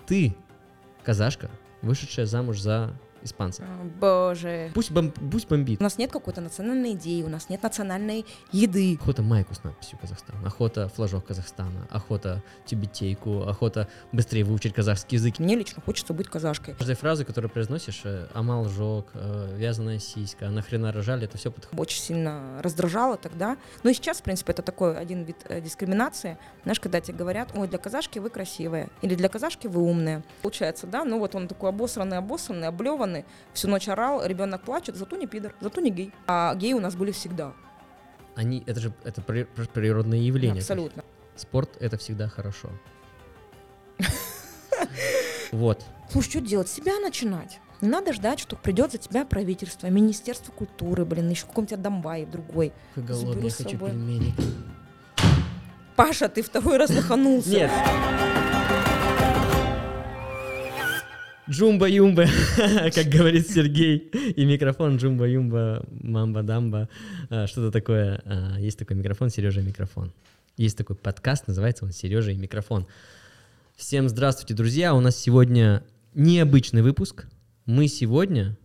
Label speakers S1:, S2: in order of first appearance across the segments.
S1: Ты казашка, вышедшая замуж за испанца.
S2: Боже.
S1: Пусть бомбит.
S2: У нас нет какой-то национальной идеи, у нас нет национальной еды.
S1: Охота майку с надписью Казахстан, охота флажок Казахстана, охота тюбетейку, охота быстрее выучить казахский язык.
S2: Мне лично хочется быть казашкой.
S1: Каждая фраза, которую произносишь, амал жёг, вязаная сиська, нахрена рожали, это все подходит.
S2: Очень сильно раздражало тогда. Ну и сейчас, в принципе, это такой один вид дискриминации. Знаешь, когда тебе говорят: ой, для казашки вы красивые, или для казашки вы умные. Получается, да, ну вот он такой обосранный, облеванный, всю ночь орал, ребенок плачет, зато не пидор, зато не гей. А геи у нас были всегда.
S1: Это природное явление.
S2: Абсолютно.
S1: Спорт — это всегда хорошо. Вот.
S2: Слушай, что делать? С себя начинать. Не надо ждать, что придет за тебя правительство, Министерство культуры, еще какой-нибудь Адамбаев другой.
S1: Какой голодный, я хочу пельмени.
S2: Паша, ты второй раз лоханулся.
S1: Нет. Джумба-юмба, как говорит Сергей, и микрофон джумба-юмба, мамба-дамба, что-то такое. Есть такой микрофон, Сережа и микрофон. Есть такой подкаст, называется он «Сережа и микрофон». Всем здравствуйте, друзья, у нас сегодня необычный выпуск. Мы сегодня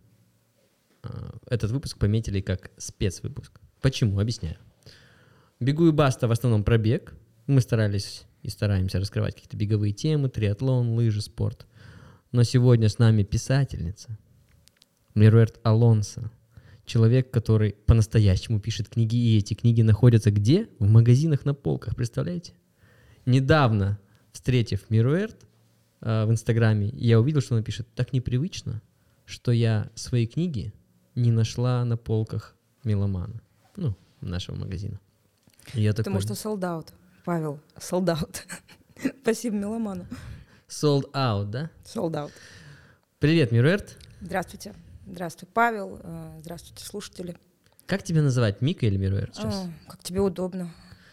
S1: этот выпуск пометили как спецвыпуск. Почему? Объясняю. Бегу и баста в основном про бег. Мы старались и стараемся раскрывать какие-то беговые темы, триатлон, лыжи, спорт. Но сегодня с нами писательница Меруэрт Алонсо. Человек, который по-настоящему пишет книги, и эти книги находятся где? В магазинах на полках, представляете? Недавно, встретив Меруэрт в Инстаграме, я увидел, что она пишет: так непривычно, что я свои книги не нашла на полках Меломана, нашего магазина.
S2: Потому что sold out, Павел, sold out. Спасибо Меломану.
S1: Sold out, да?
S2: Sold out.
S1: Привет, Меруэрт.
S2: Здравствуйте. Здравствуй, Павел. Здравствуйте, слушатели.
S1: Как тебя называть, Мика или Меруэрт сейчас?
S2: Как тебе удобно.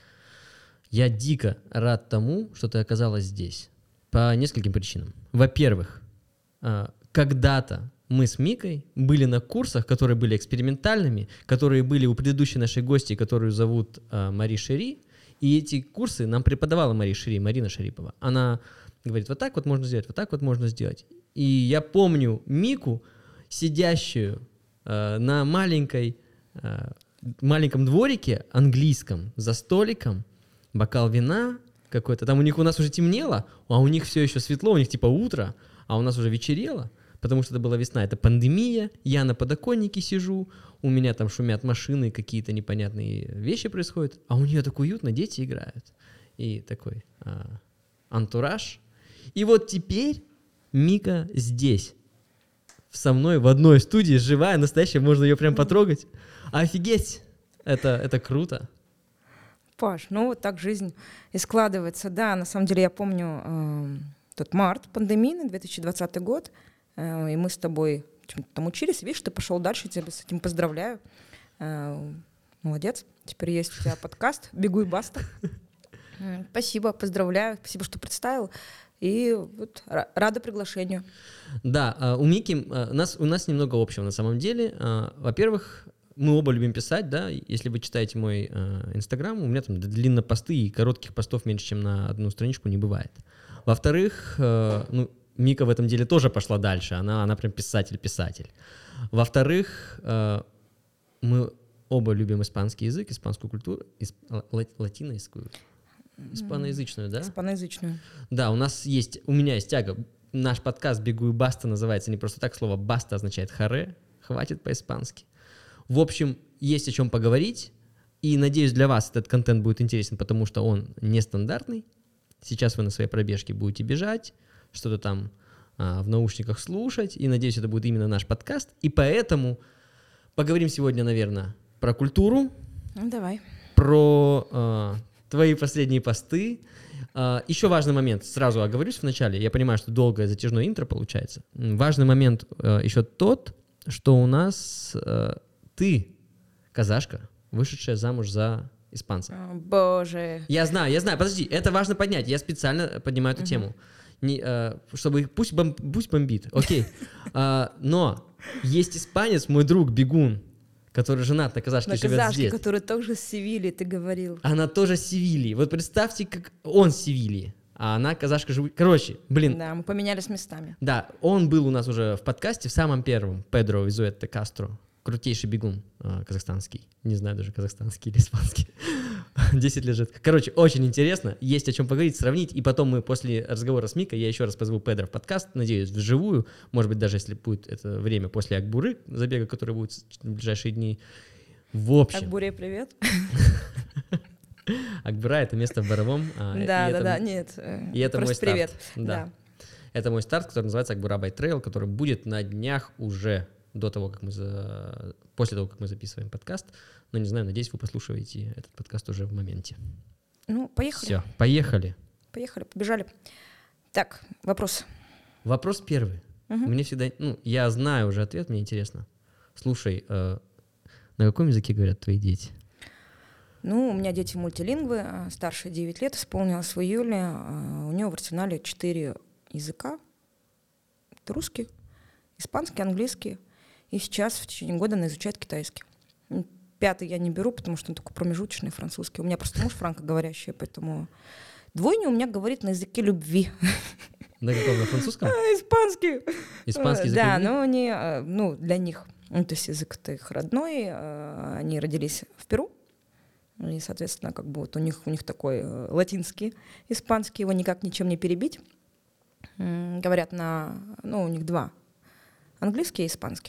S1: Я дико рад тому, что ты оказалась здесь. По нескольким причинам. Во-первых, когда-то мы с Микой были на курсах, которые были экспериментальными, которые были у предыдущей нашей гости, которую зовут Мари Шери. И эти курсы нам преподавала Марина Шарипова. Она говорит: вот так вот можно сделать, вот так вот можно сделать. И я помню Мику, сидящую на маленьком дворике английском, за столиком, бокал вина какой-то. Там у нас уже темнело, а у них все еще светло, у них типа утро, а у нас уже вечерело, потому что это была весна, это пандемия. Я на подоконнике сижу, у меня там шумят машины, какие-то непонятные вещи происходят, а у нее так уютно, дети играют. И такой антураж. И вот теперь Мика здесь, со мной в одной студии, живая, настоящая, можно ее прям потрогать. Офигеть! Это круто.
S2: Паш, вот так жизнь и складывается. Да, на самом деле я помню тот март, пандемийный, 2020 год, и мы с тобой чем-то там учились. Видишь, ты пошел дальше, тебя с этим поздравляю. Молодец. Теперь есть у тебя подкаст «Бегу и баста». Спасибо, поздравляю. Спасибо, что представил. И вот рада приглашению.
S1: Да, у Мики у нас немного общего на самом деле. Во-первых, мы оба любим писать, да. Если вы читаете мой Инстаграм, у меня там длинные посты, и коротких постов меньше, чем на одну страничку, не бывает. Во-вторых, Мика в этом деле тоже пошла дальше. Она прям писатель. Во-вторых, мы оба любим испанский язык, испанскую культуру, латиноязычную. Испаноязычную, да?
S2: Испаноязычную.
S1: Да, у меня есть тяга. Наш подкаст «Бегу и баста» называется не просто так. Слово «баста» означает «харе», хватит по-испански. В общем, есть о чем поговорить. И, надеюсь, для вас этот контент будет интересен, потому что он нестандартный. Сейчас вы на своей пробежке будете бежать, что-то там в наушниках слушать. И, надеюсь, это будет именно наш подкаст. И поэтому поговорим сегодня, наверное, про культуру.
S2: Давай.
S1: Про твои последние посты. Еще важный момент, сразу оговорюсь вначале, я понимаю, что долгое затяжное интро получается. Важный момент еще тот, что у нас ты казашка, вышедшая замуж за испанца.
S2: Боже.
S1: Я знаю, подожди, это важно поднять, я специально поднимаю эту тему. Чтобы пусть бомбит, окей. Но есть испанец, мой друг, бегун, который женат на казашке, живет здесь.
S2: Который тоже с Севильи, ты говорил.
S1: Она тоже с Севильи. Вот представьте, как он с Севильи. а она казашка живучая. Короче, блин.
S2: Да, мы поменялись местами.
S1: Да, он был у нас уже в подкасте, в самом первом, Педро Визуэтте Кастро, крутейший бегун казахстанский, не знаю даже казахстанский или испанский, 10 лет жит. Короче, очень интересно, есть о чем поговорить, сравнить, и потом мы после разговора с Микой, я еще раз позову Педро в подкаст, надеюсь, вживую, может быть, даже если будет это время после Акбуры, забега, который будет в ближайшие дни. В общем.
S2: Акбуре, привет.
S1: Акбура — это место в Боровом.
S2: Да, нет,
S1: и это мой старт.
S2: Привет.
S1: Да. Это мой старт, который называется Акбура Байк Трейл, который будет на днях уже после того, как мы записываем подкаст. Но не знаю, надеюсь, вы послушаете этот подкаст уже в моменте.
S2: Ну, поехали.
S1: Все, поехали.
S2: Поехали, побежали. Так, вопрос.
S1: Вопрос первый. Мне всегда... я знаю уже ответ, мне интересно. Слушай, на каком языке говорят твои дети?
S2: У меня дети мультилингвы, старшей 9 лет, исполнилась в июле. У нее в арсенале 4 языка. Это русский, испанский, английский. И сейчас в течение года она изучает китайский. 5-й я не беру, потому что он такой промежуточный, французский. У меня просто муж франкоговорящий, поэтому... Двойня у меня говорит на языке любви.
S1: На каком? На французском?
S2: Испанский.
S1: Испанский язык
S2: любви?
S1: Да,
S2: но для них, то есть язык-то их родной, они родились в Перу. И, соответственно, у них такой латинский, испанский, его никак ничем не перебить. Говорят у них 2, английский и испанский.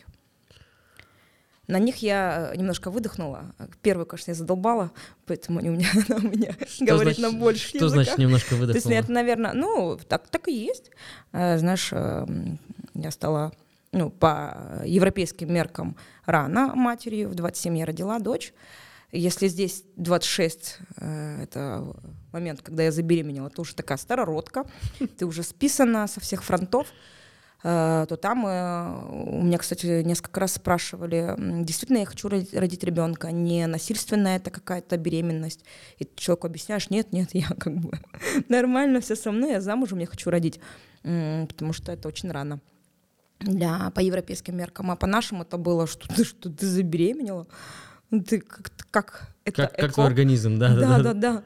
S2: На них я немножко выдохнула. Первую, конечно, я задолбала, поэтому она у меня говорит на больше языках.
S1: Что значит немножко выдохнула?
S2: То есть это, наверное, так и есть. Знаешь, я стала, по европейским меркам рано матерью. В 27 я родила дочь. Если здесь 26, это момент, когда я забеременела, ты уже такая старородка, ты уже списана со всех фронтов, то там у меня, кстати, несколько раз спрашивали, действительно я хочу родить ребенка, не насильственная это какая-то беременность. И ты человеку объясняешь, нет, я нормально, все со мной, я замужем, я хочу родить, потому что это очень рано. По европейским меркам, а по нашим это было, что ты забеременела. Ты как
S1: твой организм, да.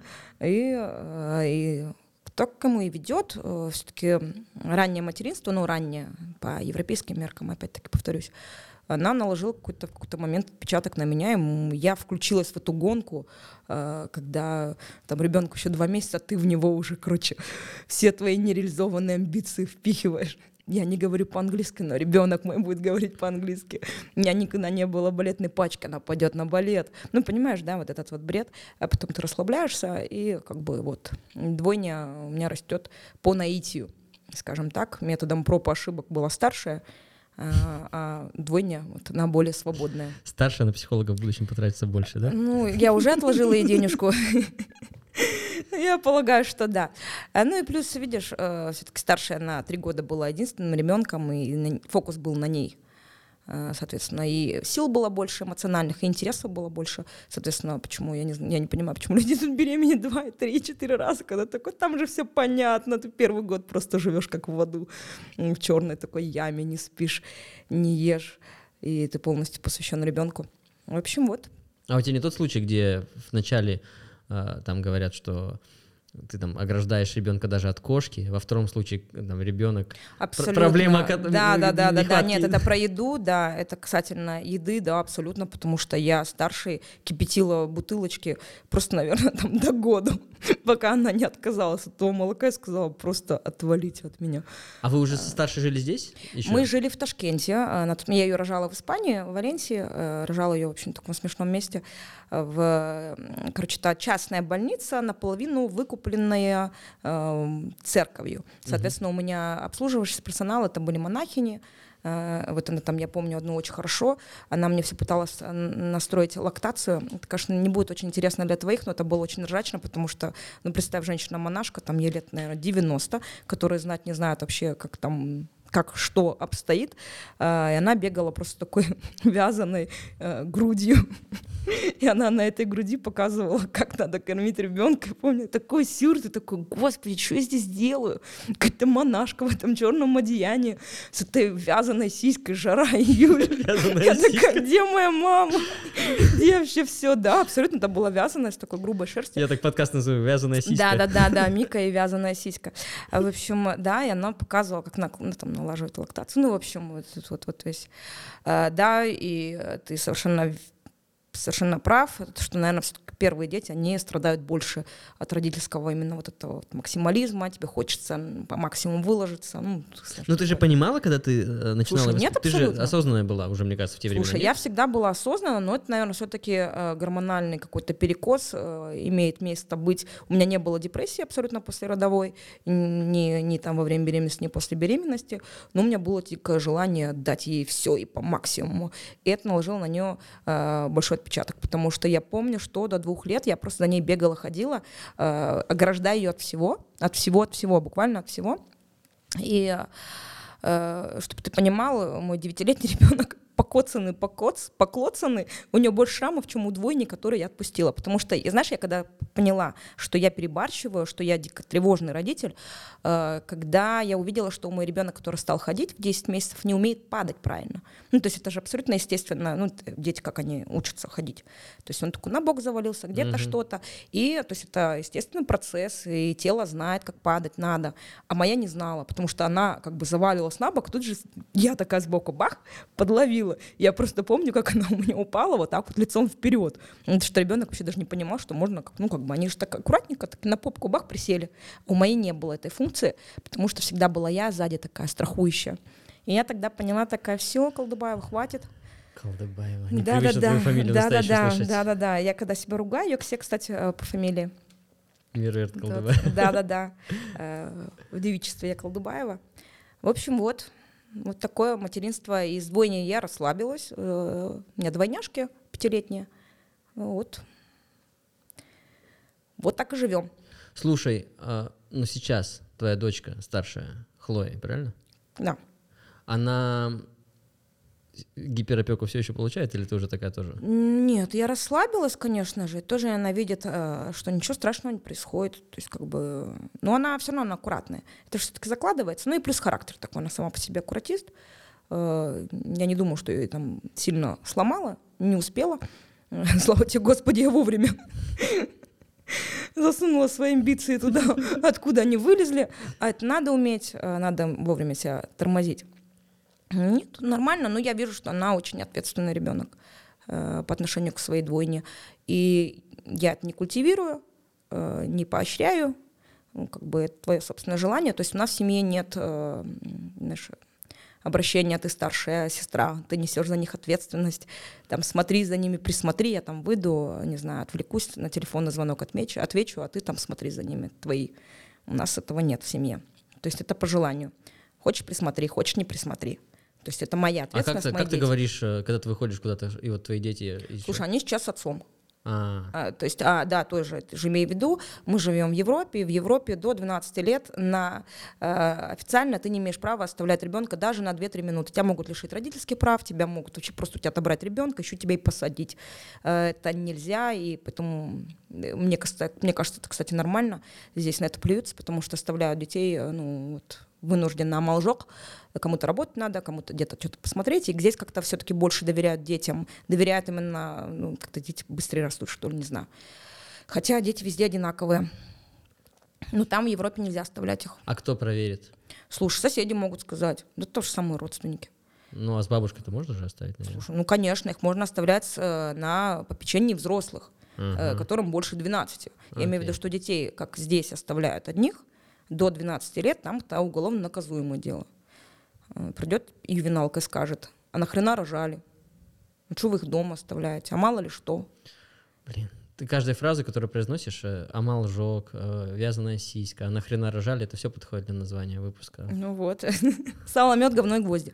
S2: И кто к кому и ведет, все-таки раннее материнство, раннее по европейским меркам, опять-таки повторюсь, она наложила в какой-то момент отпечаток на меня, и я включилась в эту гонку, когда там ребенку еще 2 месяца, а ты в него уже, все твои нереализованные амбиции впихиваешь. Я не говорю по-английски, но ребенок мой будет говорить по-английски. У меня никогда не было балетной пачки, она пойдет на балет. Понимаешь, да, вот этот вот бред. А потом ты расслабляешься, и двойня у меня растет по наитию, скажем так. Методом проб и ошибок была старшая, а двойня она более свободная.
S1: Старшая на психолога в будущем потратится больше, да?
S2: Я уже отложила ей денежку. Я полагаю, что да. И плюс, видишь, все-таки старшая на 3 года была единственным ребенком, и фокус был на ней. Соответственно, и сил было больше эмоциональных, и интересов было больше. Соответственно, почему, я не понимаю, почему люди тут беременеют 2, 3, 4 раза, когда такой, там же все понятно, ты первый год просто живешь как в аду, в черной такой яме, не спишь, не ешь, и ты полностью посвящен ребенку. В общем, вот.
S1: А у тебя не тот случай, где вначале там говорят, что ты там ограждаешь ребенка даже от кошки, во втором случае там ребенок проблема
S2: да, нет, это про еду, да, это касательно еды, да, абсолютно, потому что я старшей кипятила бутылочки просто, наверное, там до года, пока она не отказалась от того молока и сказала просто отвалите от меня.
S1: А вы уже со старшей жили здесь? Еще?
S2: Мы жили в Ташкенте, я ее рожала в Испании, в Валенсии, рожала ее в общем таком смешном месте, та частная больница, наполовину выкупленная церковью. Соответственно, у меня обслуживающий персонал, это были монахини. Вот она там, я помню одну очень хорошо, она мне все пыталась настроить лактацию. Это, конечно, не будет очень интересно для твоих, но это было очень ржачно, потому что, представь, женщина-монашка, там ей лет, наверное, 90, которые знать не знают вообще, как что обстоит, и она бегала просто такой вязаной грудью, и она на этой груди показывала, как надо кормить ребенка. Я помню, такой сюр, ты такой, господи, что я здесь делаю? Какая-то монашка в этом черном одеянии с этой вязаной сиськой, жара, июль. Я такая, где моя мама? где вообще все, да, абсолютно, это была вязаная с такой грубой шерстью.
S1: Я так подкаст называю «Вязаная сиська».
S2: Да, Мика и вязаная сиська. В общем, да, и она показывала, как там налаживает лактацию. Ну, в общем, вот весь. Да, и ты совершенно прав, что, наверное, все-таки первые дети, они страдают больше от родительского именно вот этого вот максимализма, тебе хочется по максимуму выложиться. Ну,
S1: ты же понимала, когда ты начинала?
S2: Слушай, нет,
S1: ты же
S2: абсолютно.
S1: осознанная была уже, мне кажется, в те времена.
S2: Слушай, я всегда была осознанна, но это, наверное, все-таки гормональный какой-то перекос имеет место быть. У меня не было депрессии абсолютно послеродовой, ни там во время беременности, ни после беременности, но у меня было дикое желание дать ей все и по максимуму. И это наложило на нее большой отпечаток, потому что я помню, что до 2 лет я просто за ней бегала, ходила, ограждая ее от всего, буквально от всего. И чтобы ты понимал, мой 9-летний ребенок покоцанный, у нее больше шрамов, чем у двойни, который я отпустила. Потому что, знаешь, я когда поняла, что я перебарщиваю, что я дико тревожный родитель, когда я увидела, что мой ребенок, который стал ходить в 10 месяцев, не умеет падать правильно. Ну, то есть это же абсолютно естественно, ну, дети, как они учатся ходить. То есть он такой на бок завалился, где-то что-то. И, то есть это естественный процесс, и тело знает, как падать надо. А моя не знала, потому что она как бы завалилась на бок, тут же я такая сбоку, бах, подловила. Я просто помню, как она у меня упала вот так вот лицом вперед. Потому что ребенок вообще даже не понимал, что можно, они же так аккуратненько так на попку бах присели. У моей не было этой функции, потому что всегда была я сзади такая страхующая. И я тогда поняла такая, все, Колдыбаева, хватит.
S1: Колдыбаева, непривычно твою фамилию настоящую слышать.
S2: Да. Я когда себя ругаю, ее все, кстати, по фамилии.
S1: Меруерт Колдыбаева.
S2: Да. В девичестве я Колдыбаева. В общем, вот такое материнство. Из двойни я расслабилась. У меня двойняшки 5-летние. Вот так и живем.
S1: Слушай, ну сейчас твоя дочка старшая, Хлоя, правильно?
S2: Да.
S1: Она гиперопеку все еще получает, или ты уже такая тоже?
S2: Нет, я расслабилась, конечно же. Тоже она видит, что ничего страшного не происходит. То есть как бы... Но она все равно аккуратная. Это же все-таки закладывается. Ну и плюс характер такой. Она сама по себе аккуратист. Я не думаю, что ее там сильно сломала. Не успела. Слава тебе, Господи, я вовремя засунула свои амбиции туда, откуда они вылезли. А это надо уметь, надо вовремя себя тормозить. Нет, нормально, но я вижу, что она очень ответственный ребенок по отношению к своей двойне. И я это не культивирую, не поощряю, как бы это твое собственное желание. То есть у нас в семье нет обращения «ты старшая сестра, ты несешь за них ответственность, там, смотри за ними, присмотри, я там выйду, не знаю, отвлекусь, на телефонный звонок отвечу, а ты там смотри за ними, твои». У нас этого нет в семье. То есть это по желанию. Хочешь — присмотри, хочешь — не присмотри. То есть это моя ответственность,
S1: как ты говоришь, когда ты выходишь куда-то, и вот твои дети...
S2: Слушай, они сейчас с отцом.
S1: То
S2: есть, да, тоже имею в виду, мы живем в Европе, и в Европе до 12 лет официально ты не имеешь права оставлять ребенка даже на 2-3 минуты. Тебя могут лишить родительских прав, тебя могут вообще просто у тебя отобрать ребенка, еще тебя и посадить. Это нельзя, и поэтому мне кажется, это, кстати, нормально. Здесь на это плюются, потому что оставляют детей, вынужденно молжок, кому-то работать надо, кому-то где-то что-то посмотреть, и здесь как-то все-таки больше доверяют детям, доверяют именно, как-то дети быстрее растут, что ли, не знаю. Хотя дети везде одинаковые. Но там в Европе нельзя оставлять их.
S1: А кто проверит?
S2: Слушай, соседи могут сказать, да то же самые родственники.
S1: Ну, а с бабушкой-то можно же оставить, наверное?
S2: Слушай, конечно, их можно оставлять на попечении взрослых, которым больше 12. Я имею в виду, что детей, как здесь, оставляют одних, до 12 лет, там это уголовно наказуемое дело. Придет ювеналка и скажет, а нахрена рожали? Ну что вы их дома оставляете? А мало ли что?
S1: Блин, ты каждой фразы, которую произносишь, амалжок, вязаная сиська, а нахрена рожали, это все подходит для названия выпуска.
S2: Ну вот, сало, мед, говно и гвозди.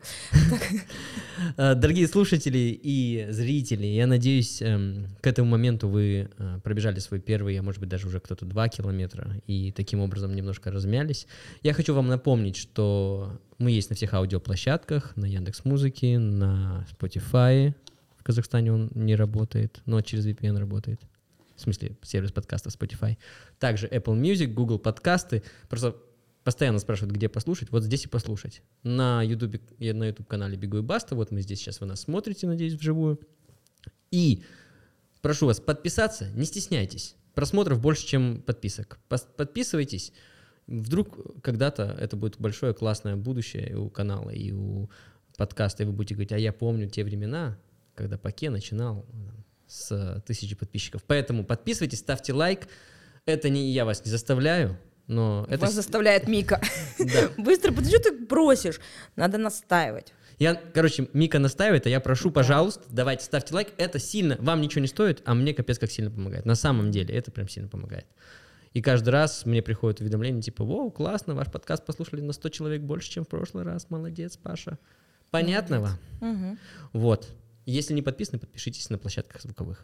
S1: Дорогие слушатели и зрители, я надеюсь, к этому моменту вы пробежали свой первый, а может быть даже уже кто-то 2 километра, и таким образом немножко размялись. Я хочу вам напомнить, что мы есть на всех аудиоплощадках, на Яндекс.Музыке, на Spotify. В Казахстане он не работает, но через VPN работает. В смысле, сервис подкастов Spotify. Также Apple Music, Google подкасты. Просто постоянно спрашивают, где послушать. Вот здесь и послушать. На YouTube-канале «Бегу и Баста». Вот мы здесь сейчас, вы нас смотрите, надеюсь, вживую. И прошу вас подписаться, не стесняйтесь. Просмотров больше, чем подписок. Подписывайтесь. Вдруг когда-то это будет большое классное будущее и у канала, и у подкаста, и вы будете говорить, а я помню те времена, когда Паке начинал с 1000 подписчиков. Поэтому подписывайтесь, ставьте лайк. Это не я вас не заставляю, но это...
S2: Вас заставляет Мика.
S1: Да.
S2: Быстро, потому что ты просишь? Надо настаивать.
S1: Мика настаивает, а я прошу, пожалуйста, давайте ставьте лайк. Это сильно, вам ничего не стоит, а мне капец как сильно помогает. На самом деле, это прям сильно помогает. И каждый раз мне приходят уведомления, типа, «Воу, классно, ваш подкаст послушали на 100 человек больше, чем в прошлый раз. Молодец, Паша». Понятно вам?
S2: Угу.
S1: Вот. Если не подписаны, подпишитесь на площадках звуковых.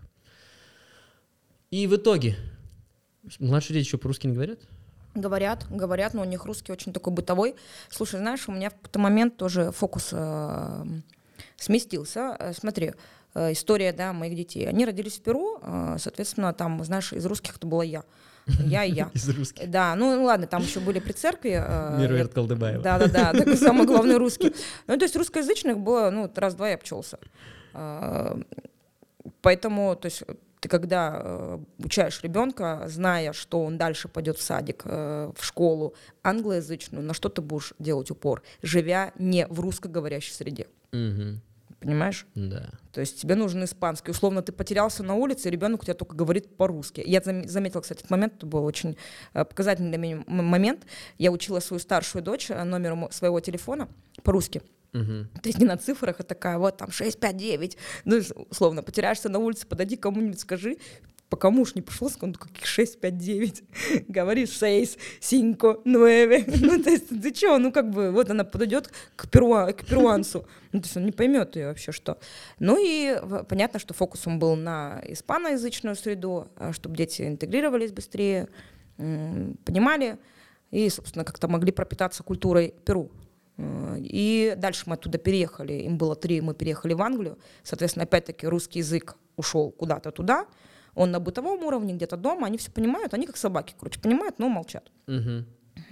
S1: И в итоге, младшие дети еще по-русски не говорят?
S2: Говорят, но у них русский очень такой бытовой. Слушай, знаешь, у меня в какой-то момент тоже фокус сместился. Смотри, история, да, моих детей. Они родились в Перу, соответственно, там, знаешь, из русских это была я. Я и я.
S1: Из русских.
S2: Да, ну ладно, там еще были при церкви.
S1: Меруэрт Колдыбаева.
S2: Да, такой самый главный русский. Ну, то есть русскоязычных было, раз-два я обчелся. Поэтому, то есть ты когда обучаешь ребенка, зная, что он дальше пойдет в садик, в школу англоязычную, на что ты будешь делать упор, живя не в русскоговорящей среде?
S1: Угу.
S2: Понимаешь?
S1: Да.
S2: То есть тебе нужен испанский. Условно, ты потерялся на улице, и ребенок у тебя только говорит по-русски. Я заметила, кстати, этот момент, это был очень показательный для меня момент. Я учила свою старшую дочь номеру своего телефона по-русски.
S1: Угу.
S2: То есть не на цифрах, а такая вот там 6, 5, 9. Ну, условно, потеряешься на улице, подойди кому-нибудь, скажи, пока муж не пошел, он каких 6, 5, 9. Говорит 6, 5, 9. Ну, то есть ты что, вот она подойдет к перуанцу. Ну, то есть он не поймет ее вообще, что. Ну и понятно, что фокусом был на испаноязычную среду, чтобы дети интегрировались быстрее, понимали и, собственно, как-то могли пропитаться культурой Перу. И дальше мы оттуда переехали, им было 3, мы переехали в Англию, соответственно, опять-таки русский язык ушел куда-то туда, он на бытовом уровне, где-то дома, они все понимают, они как собаки, понимают, но молчат.
S1: Угу.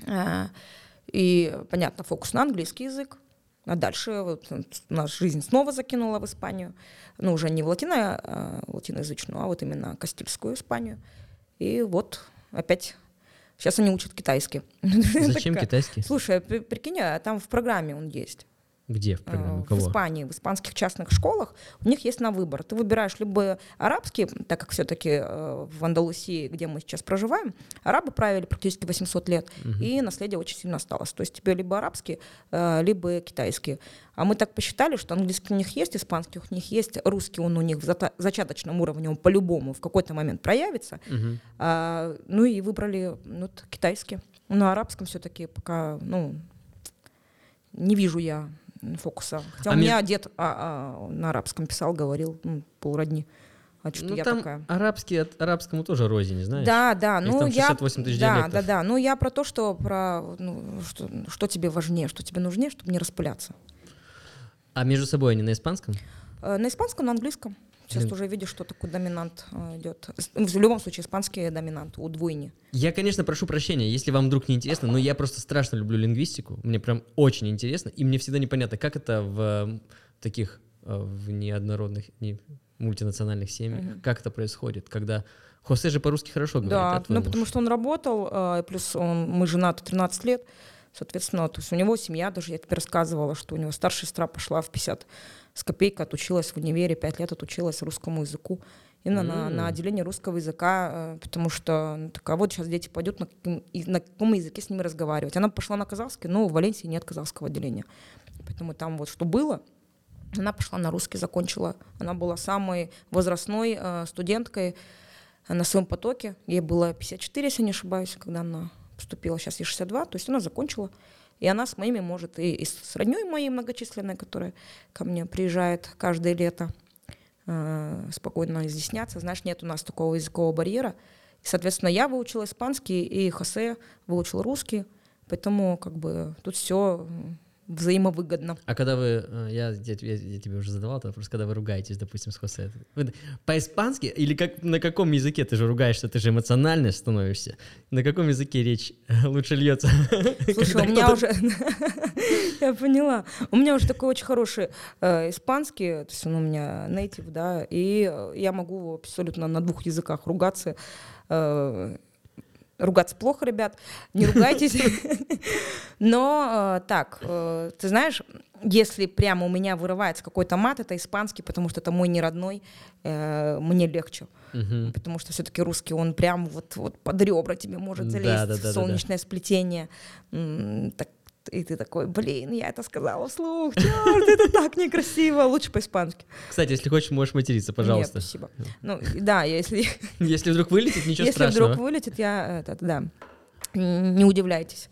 S2: И, понятно, фокус на английский язык, а дальше вот наша жизнь снова закинула в Испанию, ну, уже не в латиноязычную, а вот именно кастильскую Испанию, и вот опять... Сейчас они учат китайский.
S1: Зачем китайский?
S2: Слушай, прикинь, там в программе он есть.
S1: Где в программе? У кого?
S2: В Испании, в испанских частных школах у них есть на выбор. Ты выбираешь либо арабский, так как все-таки в Андалусии, где мы сейчас проживаем, арабы правили практически 800 лет, и наследие очень сильно осталось. То есть тебе либо арабский, либо китайский. А мы так посчитали, что английский у них есть, испанский у них есть, русский он у них в зачаточном уровне, он по-любому в какой-то момент проявится. Ну и выбрали китайский. На арабском все-таки пока, не вижу я фокуса. Хотя у меня дед на арабском писал, говорил, полродни. А что-то я
S1: там
S2: такая.
S1: Арабский от арабскому тоже рознь, не знаешь?
S2: Да.
S1: Их там 68 тысяч диалектов.
S2: Да. Ну, я про то, что что тебе важнее, что тебе нужнее, чтобы не распыляться.
S1: А между собой они на испанском?
S2: На испанском, на английском. Сейчас уже видишь, что такой доминант идет. В любом случае, испанский доминант у двойни. Я,
S1: конечно, прошу прощения, если вам вдруг не интересно, но я просто страшно люблю лингвистику. Мне прям очень интересно, и мне всегда непонятно, как это в таких в неоднородных, не мультинациональных семьях, как это происходит, когда Хосе же по-русски хорошо говорит.
S2: Да, потому что он работал, плюс мы женаты 13 лет, соответственно, то есть у него семья, даже я тебе рассказывала, что у него старшая сестра пошла в 50 с копейкой, отучилась в универе, 5 лет отучилась русскому языку, именно на отделение русского языка, потому что вот сейчас дети пойдут, на каком языке с ними разговаривать. Она пошла на казахский, но в Валенсии нет казахского отделения. Поэтому там вот что было, она пошла на русский, закончила. Она была самой возрастной студенткой на своем потоке. Ей было 54, если не ошибаюсь, когда она поступила. Сейчас ей 62, то есть она закончила. И она с моими может, и с роднёй моей многочисленной, которая ко мне приезжает каждое лето, спокойно изъясняться. Знаешь, нет у нас такого языкового барьера. И, соответственно, я выучила испанский, и Хосе выучил русский. Поэтому тут все взаимовыгодно.
S1: А когда вы, я тебе уже задавал этот вопрос, когда вы ругаетесь, допустим, с Хосе, вы по-испански или на каком языке ты же ругаешься, ты же эмоционально становишься? На каком языке речь лучше льется?
S2: Слушай, у меня уже, я поняла, у меня уже такой очень хороший испанский, то есть он у меня native, да, и я могу абсолютно на 2 языках ругаться. Ругаться плохо, ребят, не ругайтесь. Но так, ты знаешь, если прямо у меня вырывается какой-то мат, это испанский, потому что это мой неродной, мне легче. Потому что все-таки русский, он прям вот под ребра тебе может залезть в солнечное сплетение. И ты такой, блин, я это сказала вслух, черт, это так некрасиво, лучше по-испански.
S1: Кстати, если хочешь, можешь материться, пожалуйста.
S2: Нет, спасибо. Ну, да, если...
S1: Если вдруг вылетит, ничего
S2: страшного. Если вдруг вылетит, да, не удивляйтесь.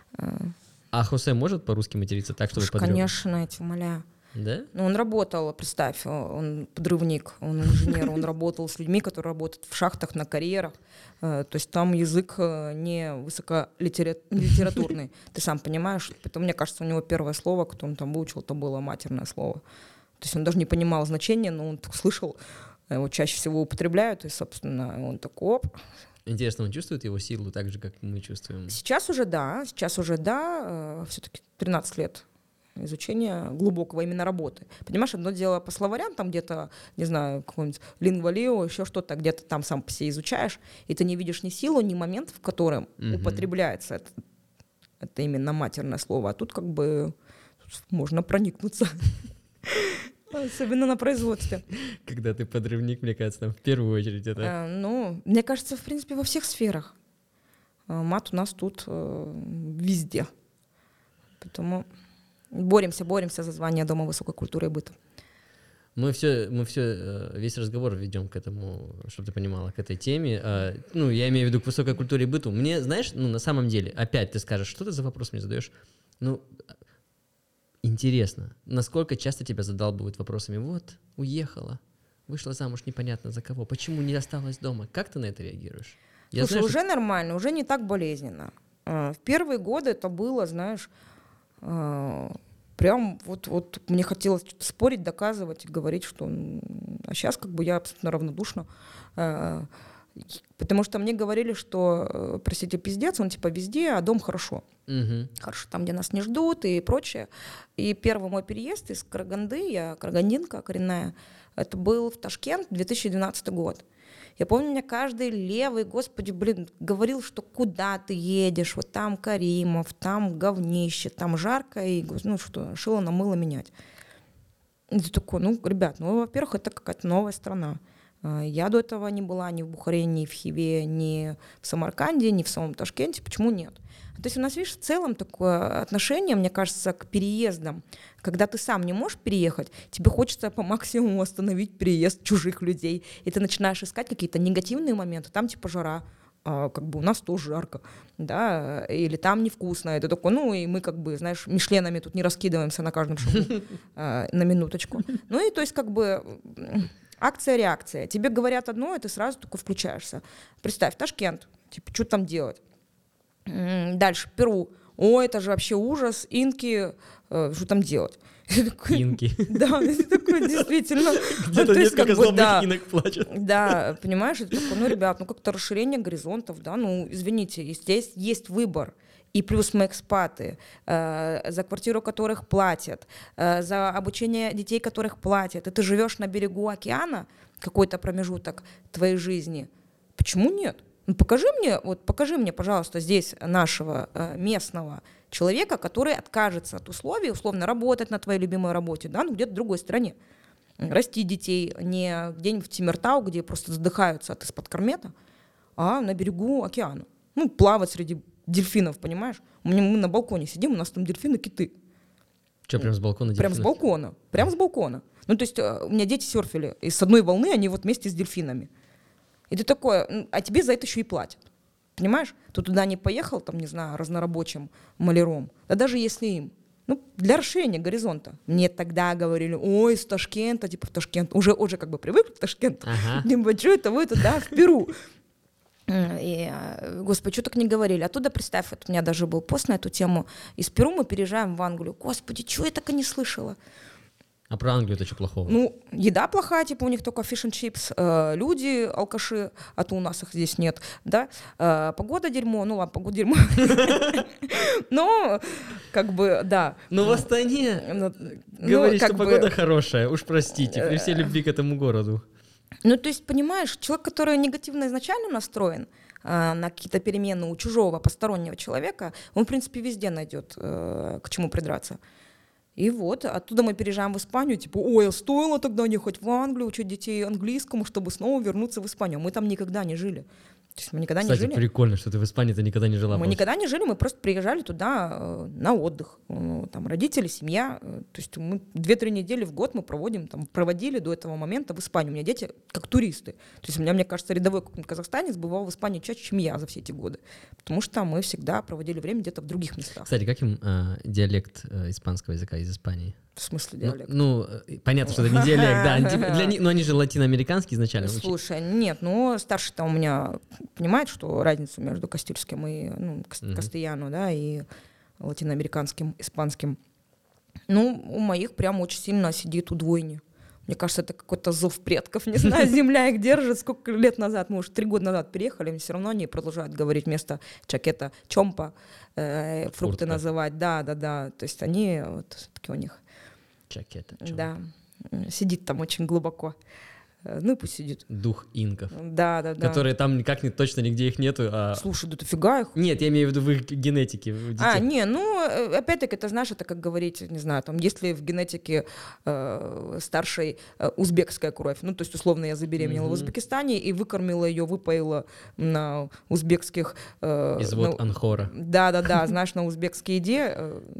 S1: А Хосе может по-русски материться так, чтобы под ребра?
S2: Конечно, я тебя умоляю.
S1: Да?
S2: Ну, он работал, представь, он подрывник, он инженер, он работал с людьми, которые работают в шахтах, на карьерах. То есть там язык не высоколитературный, ты сам понимаешь. Поэтому, мне кажется, у него первое слово, которое он там выучил, это было матерное слово. То есть он даже не понимал значения, но он так слышал, его чаще всего употребляют, и, собственно, он такой, оп.
S1: Интересно, он чувствует его силу так же, как мы чувствуем?
S2: Сейчас уже да, все-таки 13 лет изучения глубокого именно работы. Понимаешь, одно дело по словарям, там где-то, не знаю, какой-нибудь лингвалио, еще что-то, где-то там сам по себе изучаешь, и ты не видишь ни силу, ни момент, в котором употребляется это именно матерное слово. А тут как бы можно проникнуться. Особенно на производстве.
S1: Когда ты подрывник, мне кажется, там в первую очередь это...
S2: Ну, мне кажется, в принципе, во всех сферах. Мат у нас тут везде. Поэтому... Боремся за звание Дома высокой культуры и быта.
S1: Мы все, весь разговор ведем к этому, чтобы ты понимала, к этой теме. Ну, я имею в виду к высокой культуре и быту. Мне, знаешь, ну, на самом деле, опять ты скажешь, что ты за вопрос мне задаешь? Ну, интересно, насколько часто тебя задалбывают вопросами, вот, уехала, вышла замуж непонятно за кого, почему не осталась дома? Как ты на это реагируешь?
S2: Слушай, уже нормально, уже не так болезненно. В первые годы это было, знаешь... Прям вот мне хотелось что-то спорить, доказывать и говорить, что... А сейчас как бы я абсолютно равнодушна. Потому что мне говорили, что, простите, пиздец, он типа везде, а дом хорошо. Хорошо, там, где нас не ждут и прочее. И первый мой переезд из Караганды, я карагандинка коренная, это был в Ташкент, 2012 год. Я помню, меня каждый левый, господи, говорил, что куда ты едешь, вот там Каримов, там говнище, там жарко, и, ну что, шило на мыло менять. И ты такой, ну, ребят, ну, во-первых, это какая-то новая страна. Я до этого не была ни в Бухаре, ни в Хиве, ни в Самарканде, ни в самом Ташкенте. Почему нет? То есть у нас, видишь, в целом такое отношение, мне кажется, к переездам. Когда ты сам не можешь переехать, тебе хочется по максимуму остановить переезд чужих людей. И ты начинаешь искать какие-то негативные моменты. Там типа жара, как бы у нас тоже жарко, да, или там невкусно. Это такое, ну и мы как бы, знаешь, мишленами тут не раскидываемся на каждом шагу, на минуточку. Ну и то есть как бы... Акция-реакция. Тебе говорят одно, и ты сразу такой включаешься. Представь, Ташкент, типа, что там делать? Дальше, Перу. О, это же вообще ужас, инки, что там делать?
S1: Инки.
S2: Да, это такое действительно.
S1: Где-то несколько злобных инок плачут.
S2: Да, понимаешь, это такое, ну, ребят, ну как-то расширение горизонтов, да, ну, извините, здесь есть выбор. И плюс мы экспаты, за квартиру которых платят, за обучение детей, которых платят. И ты живешь на берегу океана, какой-то промежуток твоей жизни. Почему нет? Ну, покажи мне, пожалуйста, здесь нашего местного человека, который откажется от условий, условно, работать на твоей любимой работе, да, ну, где-то в другой стране. Расти детей не где-нибудь в Тимиртау, где просто задыхаются от из-под кормета, а на берегу океана. Ну, плавать среди дельфинов, понимаешь? Мы на балконе сидим, у нас там дельфины, киты.
S1: Что, прям с балкона
S2: дельфины? Прям с балкона. Ну, то есть у меня дети серфили, и с одной волны они вот вместе с дельфинами. И ты такой, а тебе за это еще и платят. Понимаешь? Ты туда не поехал, там, не знаю, разнорабочим маляром. Да даже если им. Ну, для расширения горизонта. Мне тогда говорили, ой, из Ташкента, типа в Ташкент. Уже как бы привык к Ташкенту. Либо что это вы туда, в Перу. И, господи, что так не говорили. Оттуда, представь, вот у меня даже был пост на эту тему. Из Перу мы переезжаем в Англию. Господи, что я так и не слышала?
S1: А про Англию-то что плохого?
S2: Ну, еда плохая, типа у них только fish and chips, люди алкаши, а то у нас их здесь нет, да. Погода дерьмо, ну ладно, погода дерьмо. Но, как бы, да.
S1: Но в Астане говорит, что погода хорошая, уж простите, при всей любви к этому городу.
S2: Ну, то есть, понимаешь, человек, который негативно изначально настроен на какие-то перемены у чужого, постороннего человека, он, в принципе, везде найдет к чему придраться. И вот, оттуда мы переезжаем в Испанию, типа, ой, а стоило тогда ехать в Англию, учить детей английскому, чтобы снова вернуться в Испанию. Мы там никогда не жили. То есть мы никогда
S1: Кстати,
S2: не жили.
S1: прикольно, что ты в Испании-то никогда не жила.
S2: Мы никогда не жили, мы просто приезжали туда на отдых. Там родители, семья. То есть мы 2-3 недели в год мы проводили до этого момента в Испанию. У меня дети как туристы. То есть у меня, мне кажется, рядовой казахстанец бывал в Испании чаще, чем я за все эти годы. Потому что мы всегда проводили время где-то в других местах.
S1: Кстати, как им диалект испанского языка из Испании?
S2: В смысле диалект?
S1: Ну, понятно, что это не диалект, да. Но они же латиноамериканские изначально.
S2: Слушай, нет, ну старший-то у меня понимает, что разницу между кастильским и кастильяно, да, и латиноамериканским, испанским. Ну, у моих прям очень сильно сидит удвоение. Мне кажется, это какой-то зов предков, не знаю, земля их держит. Сколько лет назад, мы уже 3 года назад переехали, но все равно они продолжают говорить вместо чакета чомпа, фрукты называть, да. То есть они, вот такие у них.
S1: Чакета,
S2: да, сидит там очень глубоко. Ну и пусть сидит.
S1: Дух инков.
S2: Да.
S1: Которые там никак точно нигде их нету.
S2: Слушай, да дофига их.
S1: Нет, я имею в виду в их генетике.
S2: Опять-таки, это знаешь, это как говорить, не знаю, там, если в генетике старшей узбекская кровь, ну, то есть, условно, я забеременела в Узбекистане и выкормила ее, выпоила на узбекских...
S1: Извод анхора.
S2: Да, знаешь, на узбекской еде,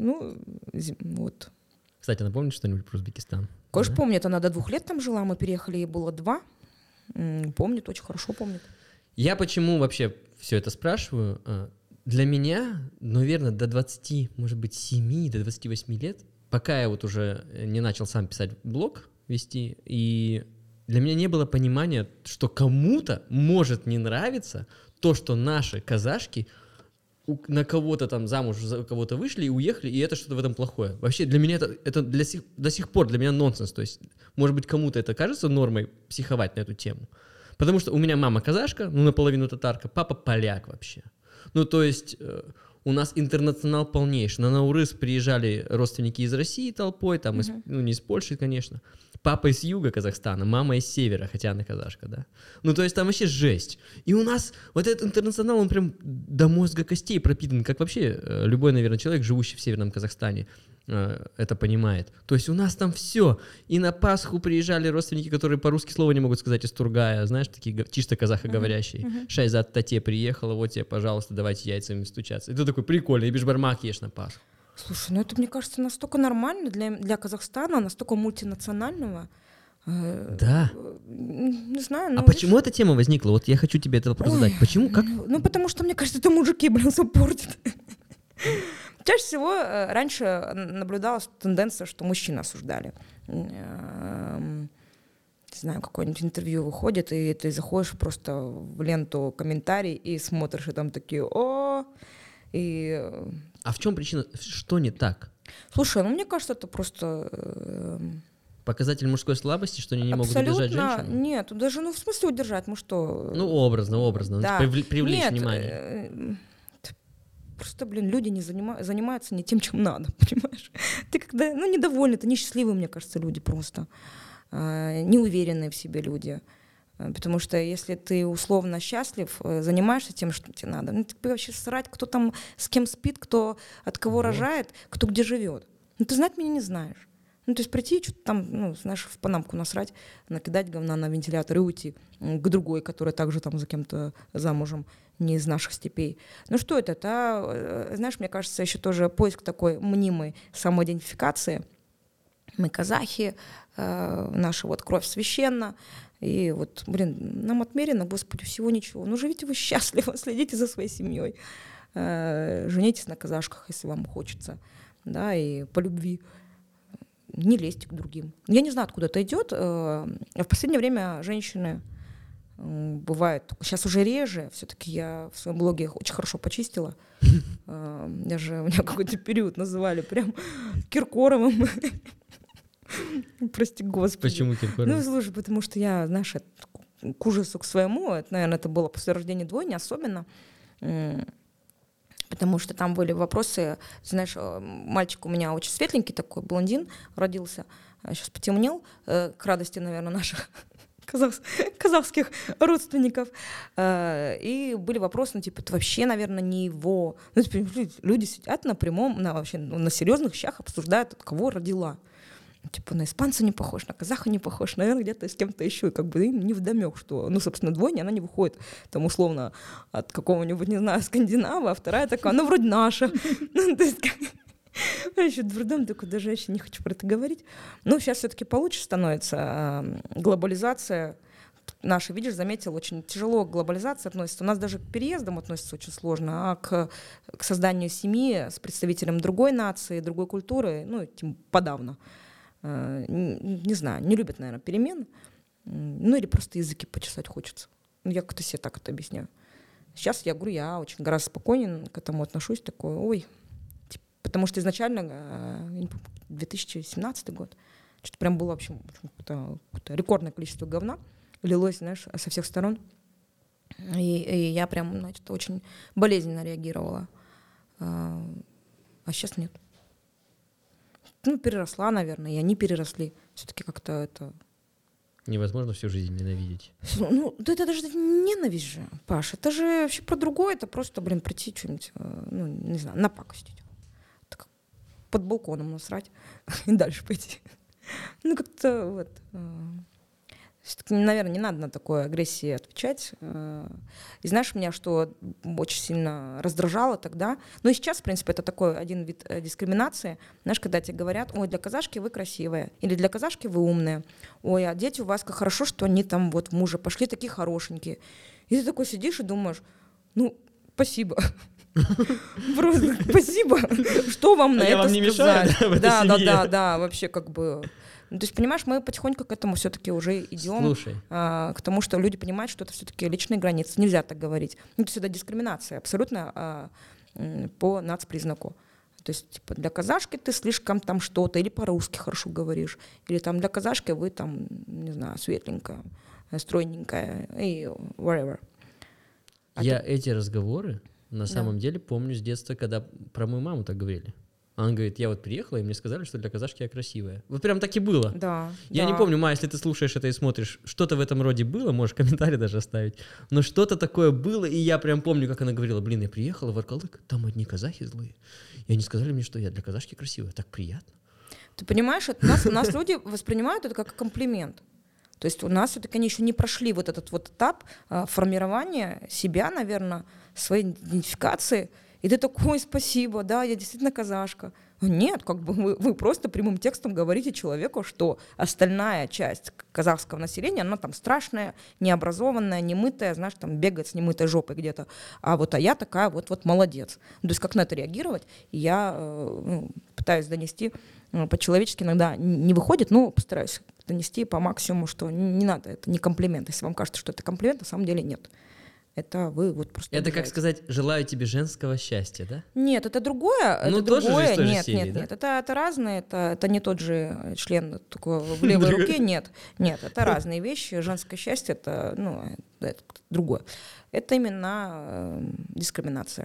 S2: вот.
S1: Кстати, напомни что-нибудь про Узбекистан.
S2: Конечно, помнит, она до 2 лет там жила, мы переехали, ей было 2. Помнит, очень хорошо помнит.
S1: Я почему вообще все это спрашиваю? Для меня, наверное, до 20, может быть, 7, до 28 лет, пока я вот уже не начал сам писать блог, вести, и для меня не было понимания, что кому-то может не нравиться то, что наши казашки на кого-то там замуж за кого-то вышли и уехали, и это что-то в этом плохое. Вообще для меня это до сих пор для меня нонсенс. То есть, может быть, кому-то это кажется нормой психовать на эту тему. Потому что у меня мама казашка, наполовину татарка, папа поляк вообще. Ну, то есть у нас интернационал полнейший. На Наурыз приезжали родственники из России толпой, там не из Польши, конечно. Папа из юга Казахстана, мама из севера, хотя она казашка, да. Ну, то есть там вообще жесть. И у нас вот этот интернационал, он прям до мозга костей пропитан, как вообще любой, наверное, человек, живущий в северном Казахстане, это понимает. То есть у нас там все. И на Пасху приезжали родственники, которые по-русски слова не могут сказать, из Тургая, знаешь, такие чисто казахоговорящие. Шайзат Тате приехала, вот тебе, пожалуйста, давайте яйцами стучаться. И ты такой, прикольно, и бешбармак ешь на Пасху.
S2: Слушай, ну это, мне кажется, настолько нормально для Казахстана, настолько мультинационального.
S1: Да.
S2: Не знаю.
S1: А почему эта тема возникла? Вот я хочу тебе этот вопрос задать. Почему? Как?
S2: Ну, потому что, мне кажется, это мужики, запортят. Чаще всего раньше наблюдалась тенденция, что мужчин осуждали. Не знаю, какое-нибудь интервью выходит, и ты заходишь просто в ленту комментарий и смотришь, и там такие
S1: А в чем причина? Что не так?
S2: Слушай, мне кажется, это просто...
S1: Показатель мужской слабости, что они не могут удержать женщину?
S2: Нет, даже, в смысле удержать, мы
S1: Ну, образно,
S2: да.
S1: привлечь внимание.
S2: Просто, люди не занимаются не тем, чем надо, понимаешь? Ты когда, недовольный, ты несчастливый, мне кажется, люди просто. Неуверенные в себе люди. Потому что если ты условно счастлив, занимаешься тем, что тебе надо, ты вообще срать, кто там с кем спит, кто от кого рожает, кто где живет. Ты знать меня не знаешь. То есть прийти и что-то там, знаешь, в панамку насрать, накидать говна на вентилятор и уйти к другой, которая также там за кем-то замужем, не из наших степей. Что это? Это, знаешь, мне кажется, еще тоже поиск такой мнимой самоидентификации. Мы казахи, наша кровь священна, и нам отмерено, Господи, всего ничего. Живите вы счастливо, следите за своей семьей, женитесь на казашках, если вам хочется, да, и по любви. Не лезьте к другим. Я не знаю, откуда это идет. В последнее время женщины Бывает, сейчас уже реже, все-таки я в своем блоге их очень хорошо почистила. Даже у меня какой-то период называли прям Киркоровым. Прости, Господи.
S1: Почему Киркоров?
S2: Ну, слушай, потому что я, знаешь, к ужасу к своему, наверное, это было после рождения двойни особенно, потому что там были вопросы, знаешь, мальчик у меня очень светленький такой, блондин, родился, сейчас потемнел, к радости, наверное, наших казахских родственников. И были вопросы, ну, типа, это вообще, наверное, не его. Ну, люди сидят на прямом, вообще на серьезных щах обсуждают, от кого родила. Типа, на испанца не похож, на казаха не похож, наверное, где-то с кем-то еще. И как бы им не вдомек, что, ну, собственно, двойня, она не выходит, там, условно, от какого-нибудь, не знаю, скандинава, а вторая такая, ну, вроде наша. То есть, еще дурдом такой, даже я еще не хочу про это говорить. Но сейчас все-таки получше становится. Глобализация наша, видишь, заметил, очень тяжело к глобализации относится. У нас даже к переездам относится очень сложно, а к созданию семьи с представителем другой нации, другой культуры, ну, тем подавно. Не знаю, не любят, наверное, перемен. Ну, или просто языки почесать хочется. Я как-то себе так это объясняю. Сейчас я говорю, я очень гораздо спокойнее к этому отношусь, такой, ой. Потому что изначально, 2017 год, что-то прям было, в общем, какое-то рекордное количество говна лилось, знаешь, со всех сторон. И я прям, значит, очень болезненно реагировала. А сейчас нет. Ну, переросла, наверное, и они переросли. Все-таки как-то это...
S1: Невозможно всю жизнь ненавидеть.
S2: Ну, это даже ненависть же, Паш. Это же вообще про другое. Это просто, прийти что-нибудь, ну, не знаю, напакостить. Так, под балконом насрать и дальше пойти. Ну, как-то вот... Наверное, не надо на такой агрессии отвечать. И знаешь, меня что очень сильно раздражало тогда, ну и сейчас, в принципе, это такой один вид дискриминации, знаешь, когда тебе говорят, ой, для казашки вы красивая, или для казашки вы умная, ой, а дети у вас как хорошо, что они там вот мужа пошли такие хорошенькие. И ты такой сидишь и думаешь, ну, спасибо. Просто спасибо, что вам на это сказать. Да, вообще как бы... Ну, то есть, понимаешь, мы потихоньку к этому все-таки уже идем, к тому, что люди понимают, что это все-таки личные границы. Нельзя так говорить. Ну, это всегда дискриминация абсолютно по нацпризнаку. То есть, типа, для казашки ты слишком там что-то, или по-русски хорошо говоришь, или там для казашки вы там, не знаю, светленькая, стройненькая, и whatever.
S1: Я эти разговоры на самом деле помню с детства, когда про мою маму так говорили. Она говорит, я вот приехала, и мне сказали, что для казашки я красивая. Вот прям так и было.
S2: Да.
S1: Я не помню, Ма, если ты слушаешь это и смотришь, что-то в этом роде было, можешь комментарий даже оставить. Но что-то такое было, и я прям помню, как она говорила, блин, я приехала в Аркалык, там одни казахи злые. И они сказали мне, что я для казашки красивая. Так приятно.
S2: Ты понимаешь, у нас люди воспринимают это как комплимент. То есть у нас все-таки они еще не прошли вот этот вот этап формирования себя, наверное, своей идентификации. И ты такой, спасибо, да, я действительно казашка. Нет, как бы вы просто прямым текстом говорите человеку, что остальная часть казахского населения, она там страшная, необразованная, немытая, знаешь, там бегает с немытой жопой где-то. А я такая вот молодец. То есть как на это реагировать? И я пытаюсь донести по-человечески, иногда не выходит, но постараюсь донести по максимуму, что не надо, это не комплимент. Если вам кажется, что это комплимент, на самом деле нет. Это вы вот просто...
S1: Это как сказать, желаю тебе женского счастья, да?
S2: Нет, это другое.
S1: Ну,
S2: это
S1: тоже
S2: другое.
S1: же из той же
S2: Нет,
S1: серии,
S2: нет,
S1: да?
S2: нет. Это разные, это не тот же член такой в левой руке, нет. Нет, это разные вещи. Женское счастье — это другое. Это именно дискриминация.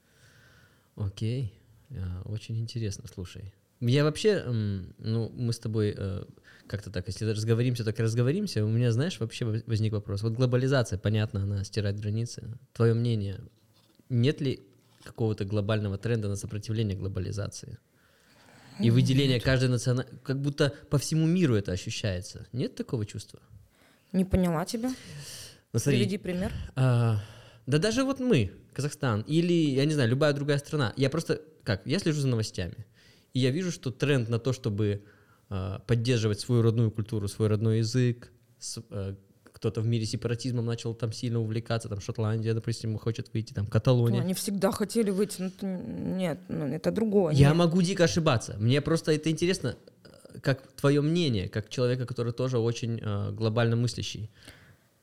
S1: Окей. Очень интересно, слушай. Я вообще, мы с тобой как-то так, если разговоримся, так и разговоримся. У меня, знаешь, вообще возник вопрос. Вот глобализация, понятно, она стирает границы. Твое мнение, нет ли какого-то глобального тренда на сопротивление глобализации? И выделение каждой национальности, как будто по всему миру это ощущается. Нет такого чувства?
S2: Не поняла тебя. Приведи пример.
S1: Да даже вот мы, Казахстан, или, я не знаю, любая другая страна. Я слежу за новостями. И я вижу, что тренд на то, чтобы поддерживать свою родную культуру, свой родной язык, кто-то в мире сепаратизмом начал там сильно увлекаться, там Шотландия, допустим, хочет выйти, там Каталония.
S2: Они всегда хотели выйти, но это другое.
S1: Я могу дико ошибаться. Мне просто это интересно, как твое мнение, как человека, который тоже очень глобально мыслящий.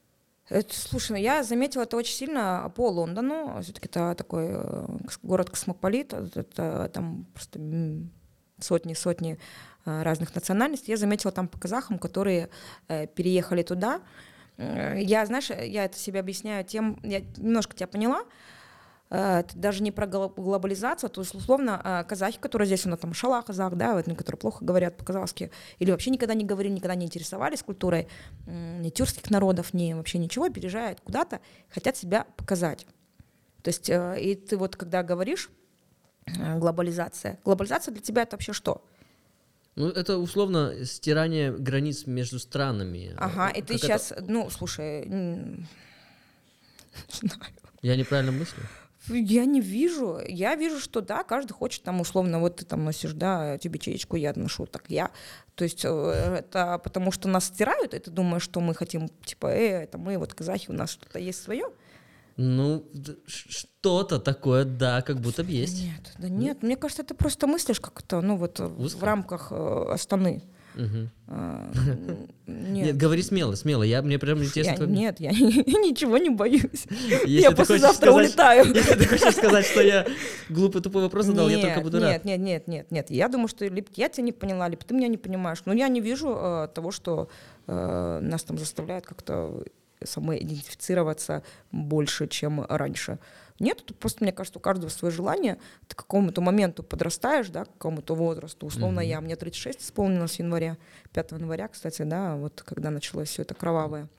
S2: Слушай, ну я заметила это очень сильно по Лондону. Все-таки это такой город-космополит. Это там просто сотни разных национальностей. Я заметила там по казахам, которые переехали туда. Я, знаешь, я это себе объясняю тем, я немножко тебя поняла, это даже не про глобализацию, то есть, условно, казахи, которые здесь, там, шала казах, да, вот, которые плохо говорят по-казахски, или вообще никогда не говорили, никогда не интересовались культурой ни тюркских народов, ни вообще ничего, переезжают куда-то, хотят себя показать. То есть, и ты вот, когда говоришь глобализация для тебя это вообще что?
S1: Ну, это условно стирание границ между странами.
S2: Ага, и ты сейчас, слушай, не знаю.
S1: Я неправильно мыслю?
S2: Я не вижу. Я вижу, что да, каждый хочет там условно, вот ты там носишь, да, тебе чаечку, я ношу, так я. То есть это потому что нас стирают, и ты думаешь, что мы хотим, типа, это мы, вот казахи, у нас что-то есть свое.
S1: Ну, что-то такое, да, как будто бы есть.
S2: Нет, мне кажется, ты просто мыслишь как-то, в рамках Астаны.
S1: Нет, говори смело. Мне прям интересно.
S2: Нет, я ничего не боюсь. Я послезавтра улетаю.
S1: Если ты хочешь сказать, что я глупый тупой вопрос задал, я только буду рад.
S2: Нет. Я думаю, что либо я тебя не поняла, либо ты меня не понимаешь. Но я не вижу того, что нас там заставляют как-то самоидентифицироваться больше, чем раньше. Нет, это просто, мне кажется, у каждого свое желание. Ты к какому-то моменту подрастаешь, да, к какому-то возрасту. Условно, мне 36 исполнилось в январе, 5 января, кстати, да, вот когда началось все это кровавое.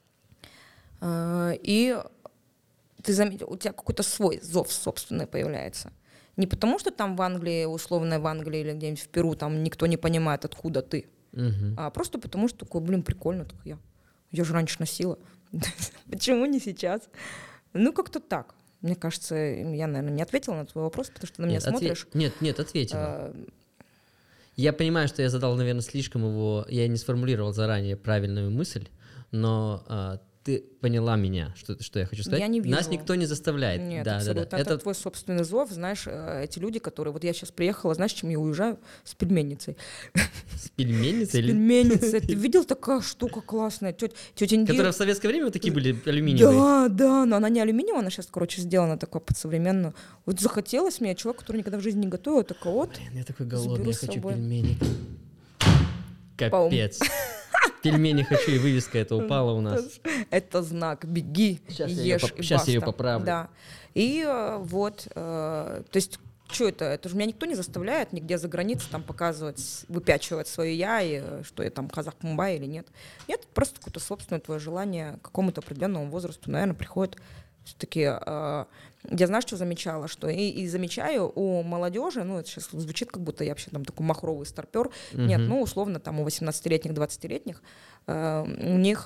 S2: И ты заметил, у тебя какой-то свой зов собственный появляется. Не потому, что там в Англии, условно, в Англии или где-нибудь в Перу, там никто не понимает, откуда ты, а просто потому, что такой, прикольно, так я же раньше носила. Почему не сейчас? Как-то так. Мне кажется, я, наверное, не ответила на твой вопрос, потому что ты на меня смотришь.
S1: Нет, ответила. Я понимаю, что я задал, наверное, слишком его... Я не сформулировал заранее правильную мысль, но ты поняла меня, что я хочу сказать.
S2: Я не вижу.
S1: Нас никто не заставляет.
S2: Нет,
S1: да,
S2: абсолютно. Это твой собственный зов. Знаешь, эти люди, которые... Вот я сейчас приехала, знаешь, чем я уезжаю? С пельменницей.
S1: С пельменницей?
S2: С пельменницей. Ты видел, такая штука классная? Тетя Индира...
S1: Которые в советское время вот такие были алюминиевые?
S2: Да, но она не алюминиевая, она сейчас, сделана такая под современную. Вот захотелось мне, человек, который никогда в жизни не готовил, такая вот...
S1: Блин, я такой голодный, я хочу пельмени. Капец.
S2: Паум.
S1: Пельмени хочу, и вывеска эта упала у нас.
S2: Это знак, беги, ешь и баста.
S1: Сейчас я ее поправлю.
S2: Да. И то есть, что это? Это же меня никто не заставляет нигде за границей там показывать, выпячивать свое я, и что я там казах Мумбаи или нет. Нет, просто какое-то собственное твое желание к какому-то определенному возрасту, наверное, приходит. Все-таки я, знаешь, что замечала? Что и замечаю у молодежи, это сейчас звучит, как будто я вообще там такой махровый старпер. Нет, условно, там у 18-летних, 20-летних у них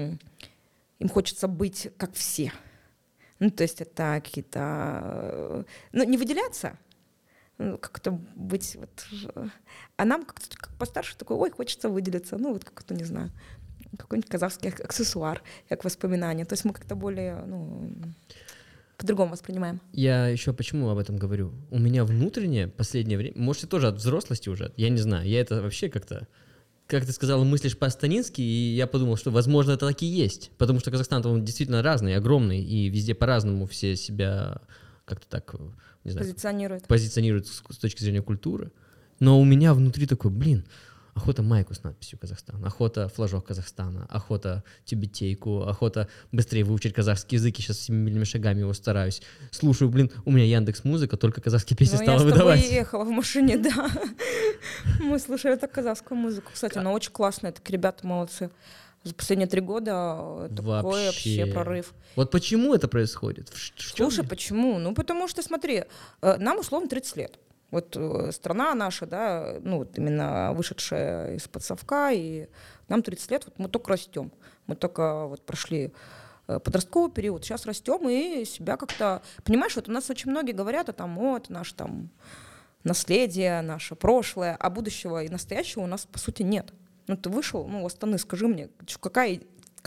S2: им хочется быть как все. То есть это какие-то... не выделяться, как-то быть... А нам как-то как постарше такой, ой, хочется выделиться. Как-то, не знаю, какой-нибудь казахский аксессуар, как воспоминание. То есть мы как-то более, по-другому воспринимаем. Я
S1: еще почему об этом говорю? У меня внутреннее последнее время, может, это тоже от взрослости уже, я не знаю, я это вообще как-то, как ты сказала, мыслишь по-астанински, и я подумал, что, возможно, это так и есть, потому что Казахстан, он действительно разный, огромный, и везде по-разному все себя как-то так, не знаю, позиционируют с точки зрения культуры. Но у меня внутри такой, охота майку с надписью «Казахстан», охота флажок Казахстана, охота тюбетейку, охота быстрее выучить казахский язык, и сейчас семимильными шагами его стараюсь. Слушаю, у меня Яндекс.Музыка, только казахские песни стала выдавать.
S2: Я с тобой ехала в машине, да. Мы слушали так казахскую музыку. Кстати, она очень классная, такие ребята молодцы. За последние 3 года такой вообще прорыв.
S1: Вот почему это происходит?
S2: Слушай, почему? Потому что, смотри, нам условно 30 лет. Вот страна наша, да, именно вышедшая из-под совка, и нам 30 лет, мы только растем. Мы только прошли подростковый период, сейчас растем и себя как-то... Понимаешь, у нас очень многие говорят, наше наследие, наше прошлое, а будущего и настоящего у нас, по сути, нет. Ты вышел, у Астаны, скажи мне, какая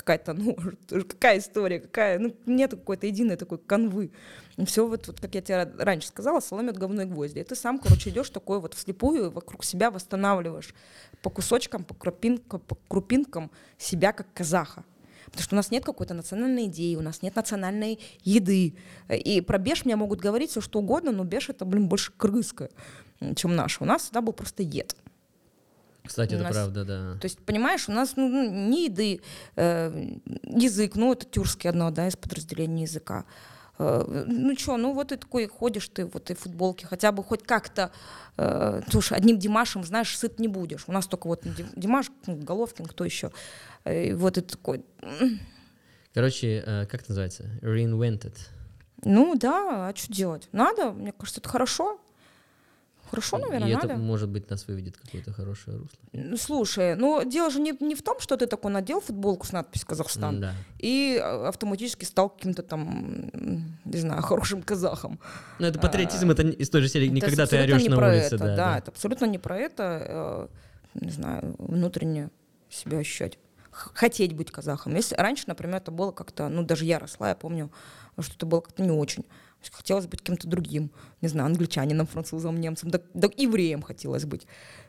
S2: история, нет какой-то единой такой канвы. Все как я тебе раньше сказала, соломят говно и гвозди. И ты сам, идешь такой вслепую, вокруг себя восстанавливаешь по кусочкам, по крупинкам себя как казаха. Потому что у нас нет какой-то национальной идеи, у нас нет национальной еды. И про беш мне могут говорить все что угодно, но беш это, больше кыргызское, чем наше. У нас всегда был просто ед.
S1: Кстати, это правда, да.
S2: То есть, понимаешь, у нас не еды, язык, это тюркский одно, да, из подразделений языка. Вот ты такой ходишь ты в этой футболке, хотя бы хоть как-то, слушай, одним Димашем, знаешь, сыт не будешь. У нас только вот Димаш, Головкин, кто еще. И вот ты такой...
S1: Короче, как это называется? Reinvented.
S2: Да, а что делать? Надо, мне кажется, это хорошо. Хорошо, наверное,
S1: и
S2: надо.
S1: это, может быть, нас выведет в какое-то хорошее русло.
S2: Слушай, дело же не в том, что ты такой надел футболку с надписью «Казахстан»
S1: да.
S2: и автоматически стал каким-то там, не знаю, хорошим казахом.
S1: Это патриотизм, это из той же серии, никогда ты орешь на улице.
S2: Да, это абсолютно не про это, не знаю, внутренне себя ощущать. Хотеть быть казахом. Если раньше, например, это было как-то, даже я росла, я помню, что это было как-то не очень. Хотелось быть кем-то другим, не знаю, англичанином, французом, немцем, да евреем хотелось быть.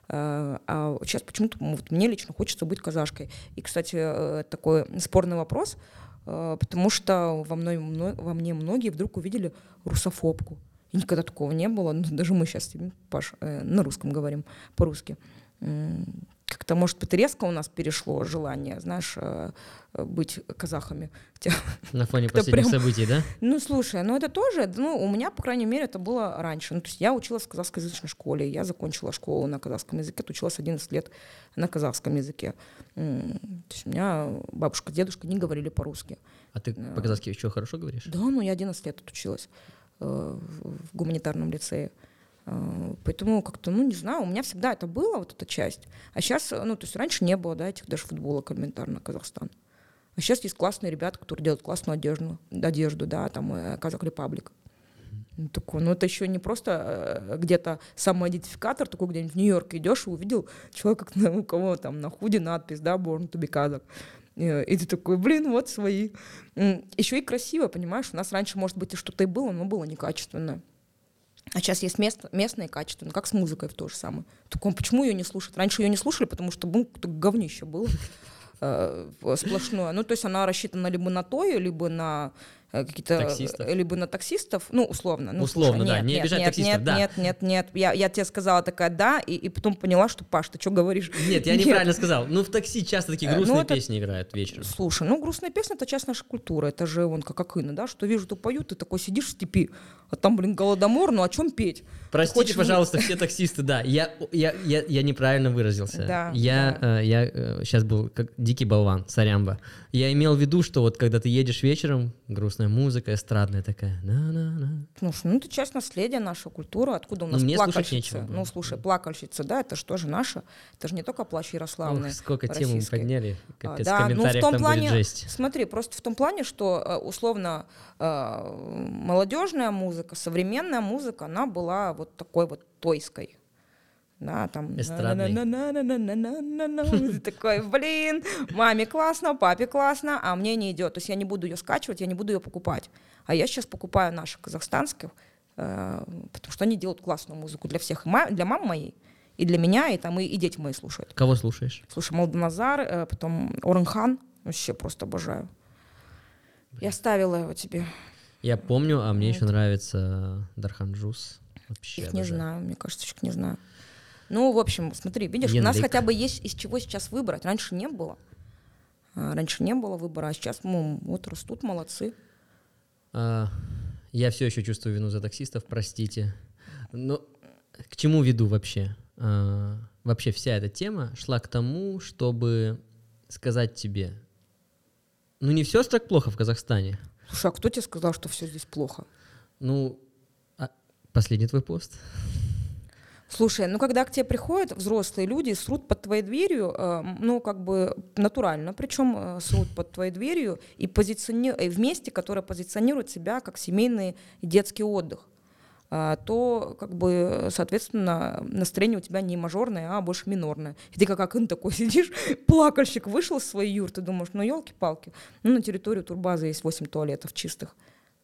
S2: А сейчас почему-то мне лично хочется быть казашкой. И, кстати, такой спорный вопрос, потому что во мне многие вдруг увидели русофобку. И никогда такого не было. Даже мы сейчас, Паш, на русском говорим, по-русски. Как-то, может быть, резко у нас перешло желание, знаешь, быть казахами.
S1: На фоне последних событий, да?
S2: Слушай, это тоже, у меня, по крайней мере, это было раньше. То есть я училась в казахскоязычной школе, я закончила школу на казахском языке, училась 11 лет на казахском языке. То есть у меня бабушка, дедушка не говорили по-русски.
S1: А ты по-казахски еще хорошо говоришь?
S2: Да, я 11 лет отучилась в гуманитарном лицее. Поэтому как-то, не знаю, у меня всегда это было, вот эта часть. А сейчас, то есть раньше не было, да, этих даже футболок элементарно Казахстан. А сейчас есть классные ребята, которые делают классную одежду, да, там Казах Репаблик. Такой, это еще не просто где-то самоидентификатор, такой где-нибудь в Нью-Йорке идешь и увидел человека, у кого там на худи надпись, да, Born to be Kazakh. И ты такой, вот свои. Еще и красиво, понимаешь, у нас раньше, может быть, и что-то и было, но было некачественное. А сейчас есть местное качество, как с музыкой в то же самое. Почему ее не слушать? Раньше ее не слушали, потому что какое-то говнище было сплошное. То есть она рассчитана либо на то, либо на какие-то...
S1: Таксистов.
S2: Либо на таксистов, условно.
S1: Условно, слушай, да, не обижать таксистов, да.
S2: Нет. Я тебе сказала такая «да», и потом поняла, что, Паш, ты что говоришь?
S1: Нет, я неправильно сказал. В такси часто такие грустные песни играют вечером.
S2: Слушай, грустная песня — это часть нашей культуры. Это же как акына, да, что вижу, то поют, ты такой сидишь в степи, а там, голодомор, о чем петь?
S1: Простите, пожалуйста, все таксисты, да. Я неправильно выразился.
S2: Да,
S1: я сейчас был как дикий болван, сорямба. Я имел в виду, что когда ты едешь вечером, грустная музыка, эстрадная такая.
S2: Слушай, это часть наследия нашей культуры. Откуда у нас плакальщица? Слушай, плакальщица, да, это же тоже наша. Это же не только плащ Ярославны.
S1: Сколько тем мы подняли, капец,
S2: да,
S1: в комментариях
S2: в том
S1: там
S2: плане,
S1: будет жесть.
S2: Смотри, просто в том плане, что условно молодежная музыка, современная музыка, она была вот такой вот тойской. Да, там
S1: эстрадный.
S2: Такой, маме классно, папе классно, а мне не идет. То есть я не буду ее скачивать, я не буду ее покупать. А я сейчас покупаю наших казахстанских, потому что они делают классную музыку для всех. Для мамы моей, и для меня, и дети мои слушают.
S1: Кого слушаешь?
S2: Слушай, Молданазар, потом Оренхан. Вообще просто обожаю. Я ставила его тебе.
S1: Я помню, а мне еще нравится Дархан Джуз. Вообще
S2: их не знаю, мне кажется, их не знаю. В общем, смотри, видишь, у нас хотя бы есть из чего сейчас выбрать. Раньше не было. Раньше не было выбора, а сейчас растут, молодцы.
S1: Я все еще чувствую вину за таксистов, простите. Но к чему веду вообще? Вообще вся эта тема шла к тому, чтобы сказать тебе, не все так плохо в Казахстане.
S2: Слушай, а кто тебе сказал, что все здесь плохо?
S1: Последний твой пост.
S2: Слушай, когда к тебе приходят взрослые люди, срут под твоей дверью, натурально, причем срут под твоей дверью и в месте, которое позиционирует себя как семейный и детский отдых, то, соответственно, настроение у тебя не мажорное, а больше минорное. И ты как акын такой сидишь, плакальщик вышел из своей юрты, думаешь, елки-палки, на территории турбазы есть 8 туалетов чистых.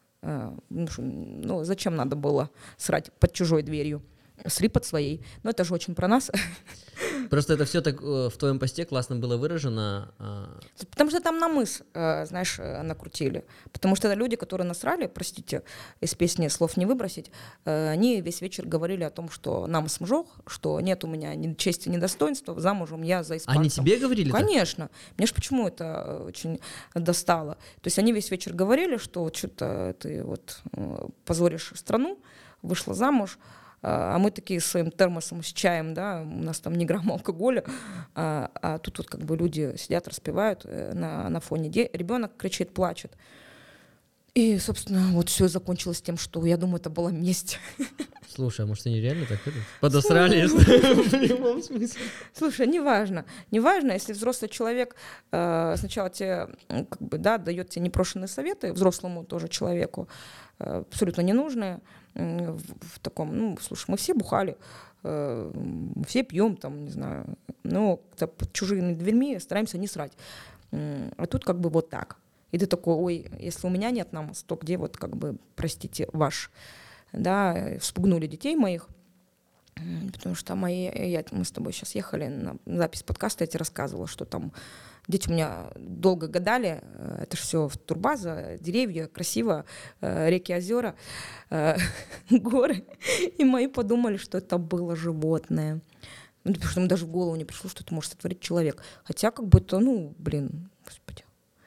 S2: Зачем надо было срать под чужой дверью? Сри под своей. Но это же очень про нас.
S1: Просто это все так в твоем посте классно было выражено.
S2: Потому что там на мыс, знаешь, накрутили. Потому что это люди, которые насрали, простите, из песни слов не выбросить, они весь вечер говорили о том, что нам смжох, что нет у меня ни чести, ни достоинства, замужем я за испанцем.
S1: Они тебе говорили?
S2: Конечно. Мне ж почему это очень достало. То есть они весь вечер говорили, что что-то ты вот позоришь страну, вышла замуж, а мы такие с своим термосом, с чаем, да, у нас там ни грамма алкоголя, а тут вот как бы люди сидят, распевают на фоне. Ребенок кричит, плачет. И, собственно, вот все закончилось тем, что, я думаю, это была месть.
S1: Слушай, а может они реально так подосрали в прямом смысле?
S2: Слушай, неважно. Неважно, если взрослый человек сначала тебе, как бы, да, дает тебе непрошенные советы, взрослому тоже человеку, абсолютно ненужные, в таком, ну, слушай, мы все бухали, все пьем, там, не знаю, но под чужими дверьми стараемся не срать. А тут как бы вот так. И ты такой, ой, если у меня нет намаз, то где вот как бы, простите, ваш, да, вспугнули детей моих, потому что мы с тобой сейчас ехали на запись подкаста, я тебе рассказывала, что там дети у меня долго гадали, это же все турбаза, деревья, красиво, реки, озера, горы, и мои подумали, что это было животное. Потому что им даже в голову не пришло, что это может сотворить человек. Хотя как бы это, ну, блин, господи.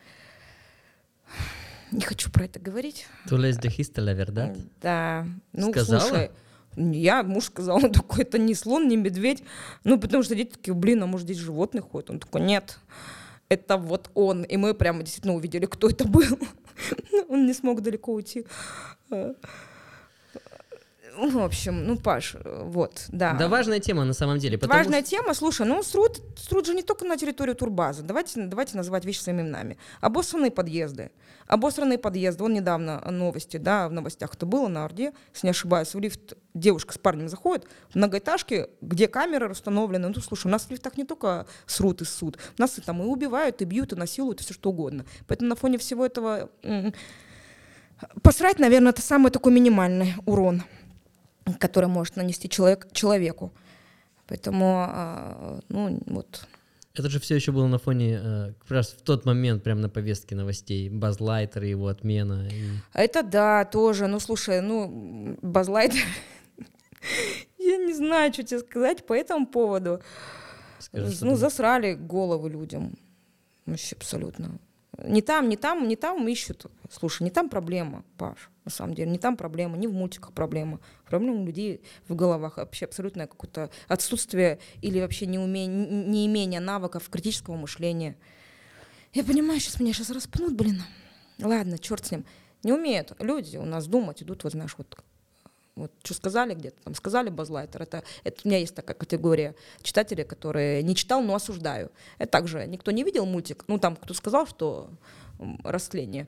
S2: Не хочу про это говорить.
S1: Tú les dijiste la verdad?
S2: Да. Ну,
S1: сказала?
S2: Слушай, муж сказал, он такой, это не слон, не медведь. Ну, потому что дети такие, блин, а может здесь животный ходит? Он такой, нет, это вот он. И мы прямо действительно увидели, кто это был. Он не смог далеко уйти. В общем, ну, Паш, вот, да.
S1: Да, важная тема на самом деле.
S2: Важная тема, слушай, ну, срут же не только на территорию турбазы. Давайте называть вещи своими именами. Обосранные подъезды. Вон недавно новости, да, в новостях это было на Орде, если не ошибаюсь, в лифт девушка с парнем заходит, в многоэтажке, где камеры установлены. Ну, слушай, у нас в лифтах не только срут и ссут, нас и там и убивают, и бьют, и насилуют, и все что угодно. Поэтому на фоне всего этого посрать, наверное, это самый такой минимальный урон, который может нанести человеку. Поэтому, ну, вот.
S1: Это же все еще было на фоне, как раз в тот момент, прямо на повестке новостей, Базз Лайтер и его отмена.
S2: Это да, тоже. Ну, слушай, ну, Базз Лайтер, я не знаю, что тебе сказать по этому поводу.
S1: Скажи,
S2: ну, засрали головы людям. Вообще абсолютно. Не там ищут. Слушай, не там проблема, Паш, на самом деле. Не там проблема, не в мультиках проблема. Проблема у людей в головах. Вообще абсолютное какое-то отсутствие или вообще неимение навыков критического мышления. Я понимаю, меня сейчас распнут, блин. Ладно, черт с ним. Не умеют люди у нас думать, идут, вот знаешь, вот что сказали где-то, там сказали Базз Лайтер, это у меня есть такая категория читателей, которые не читал, но осуждаю. Это также никто не видел мультик, ну там кто сказал, что растление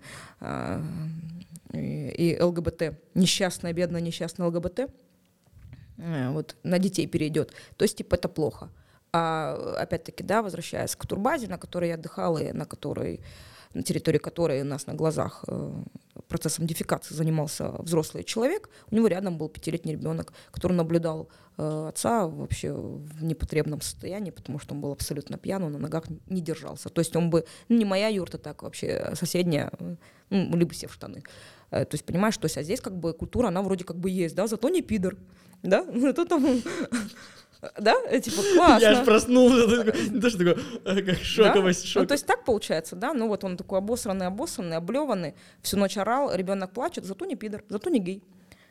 S2: и ЛГБТ, бедная несчастная ЛГБТ, вот на детей перейдет, то есть типа это плохо. А опять-таки, да, возвращаясь к турбазе, на которой я отдыхала, и на территории которой у нас на глазах процессом дефекации занимался взрослый человек, у него рядом был 5-летний ребенок, который наблюдал отца вообще в непотребном состоянии, потому что он был абсолютно пьян, он на ногах не держался. То есть он бы, ну, не моя юрта, так вообще соседняя, ну, либо все в штаны. То есть, понимаешь, то есть, а здесь как бы культура, она вроде как бы есть, да, зато не пидор, да, зато там... Да? Типа классно.
S1: Я аж проснулся, даже такой, как шоковость.
S2: Ну, то есть так получается, да? Ну вот он такой обосранный, облеванный, всю ночь орал, ребенок плачет, зато не пидор, зато не гей.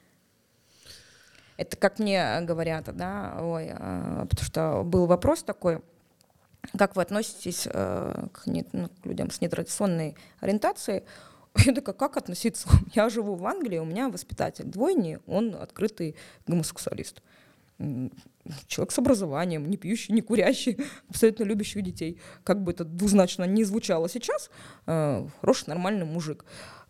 S2: Это как мне говорят, да, потому что был вопрос такой, как вы относитесь к людям с нетрадиционной ориентацией? Я такая, как относиться? Я живу в Англии, у меня воспитатель двойни, он открытый гомосексуалист. Человек с образованием, не пьющий, не курящий, абсолютно любящий детей. Как бы это двузначно не звучало сейчас, хороший, нормальный мужик.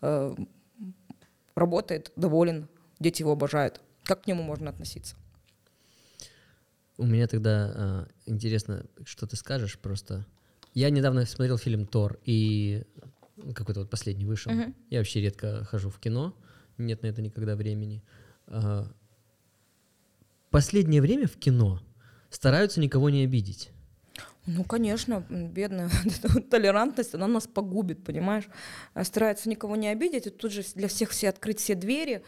S2: Работает, доволен, дети его обожают. Как к нему можно относиться?
S1: У меня тогда интересно, что ты скажешь просто. Я недавно смотрел фильм «Тор», и какой-то вот последний вышел. Я вообще редко хожу в кино, нет на это никогда времени. Последнее время в кино стараются никого не обидеть.
S2: Ну, конечно, бедная толерантность, она нас погубит, понимаешь? Стараются никого не обидеть, и тут же для всех все открыть все двери.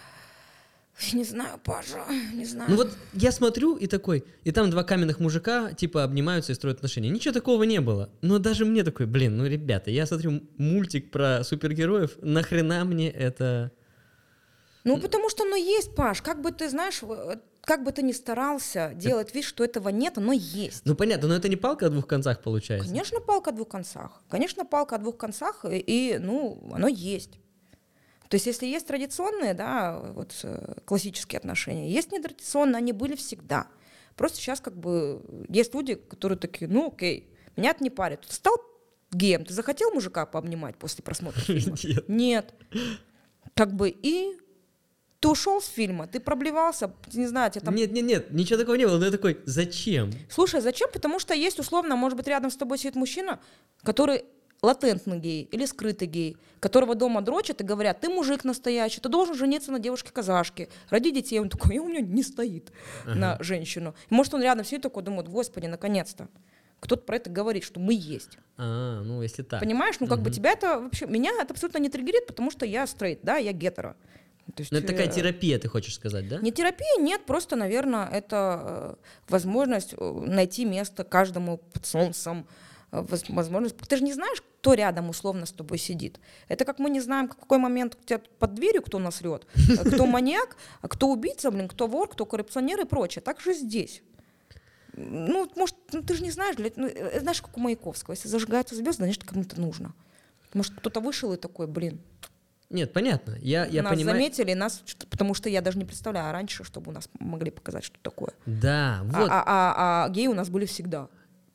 S2: Не знаю, Паша, не знаю.
S1: Ну вот я смотрю и такой, и там два каменных мужика типа обнимаются и строят отношения. Ничего такого не было. Но даже мне такой, блин, ну ребята, я смотрю мультик про супергероев, нахрена мне это...
S2: Ну, потому что оно есть, Паш, как бы ты, знаешь, как бы ты ни старался делать вид, что этого нет, оно есть.
S1: Ну понятно, но это не палка о двух концах получается.
S2: Конечно, палка о двух концах. Конечно, палка о двух концах, и ну, оно есть. То есть если есть традиционные, да, вот классические отношения, есть нетрадиционные, они были всегда. Просто сейчас как бы есть люди, которые такие, ну окей, меня это не парит. Ты стал геем, ты захотел мужика пообнимать после просмотра фильма? Нет. Как бы и ты ушел с фильма, ты проблевался, не знаю, тебе там...
S1: Нет, ничего такого не было, но я такой, зачем?
S2: Слушай, зачем? Потому что есть условно, может быть, рядом с тобой сидит мужчина, который латентный гей или скрытый гей, которого дома дрочат и говорят, ты мужик настоящий, ты должен жениться на девушке-казашке, роди детей. Он такой, у меня не стоит на женщину. И может, он рядом сидит такой, думает, господи, наконец-то. Кто-то про это говорит, что мы есть.
S1: Ну если так.
S2: Понимаешь? Ну как бы тебя это вообще... Меня это абсолютно не триггерит, потому что я стрейт, да, я гетеро. То есть,
S1: но это такая терапия, ты хочешь сказать, да?
S2: Не терапия, нет, просто, наверное, это возможность найти место каждому под солнцем, возможность... Ты же не знаешь, кто рядом условно с тобой сидит. Это как мы не знаем, в какой момент у тебя под дверью кто насрет, кто маньяк, кто убийца, кто вор, кто коррупционер и прочее. Так же здесь. Ну, может, ты же не знаешь, знаешь, как у Маяковского, если зажигаются звезды, значит, кому-то нужно. Может, кто-то вышел и такой, блин.
S1: Нет, понятно. Я
S2: нас
S1: понимаю.
S2: Заметили, нас, потому что я даже не представляю раньше, чтобы у нас могли показать, что такое.
S1: Да, вот.
S2: А геи у нас были всегда.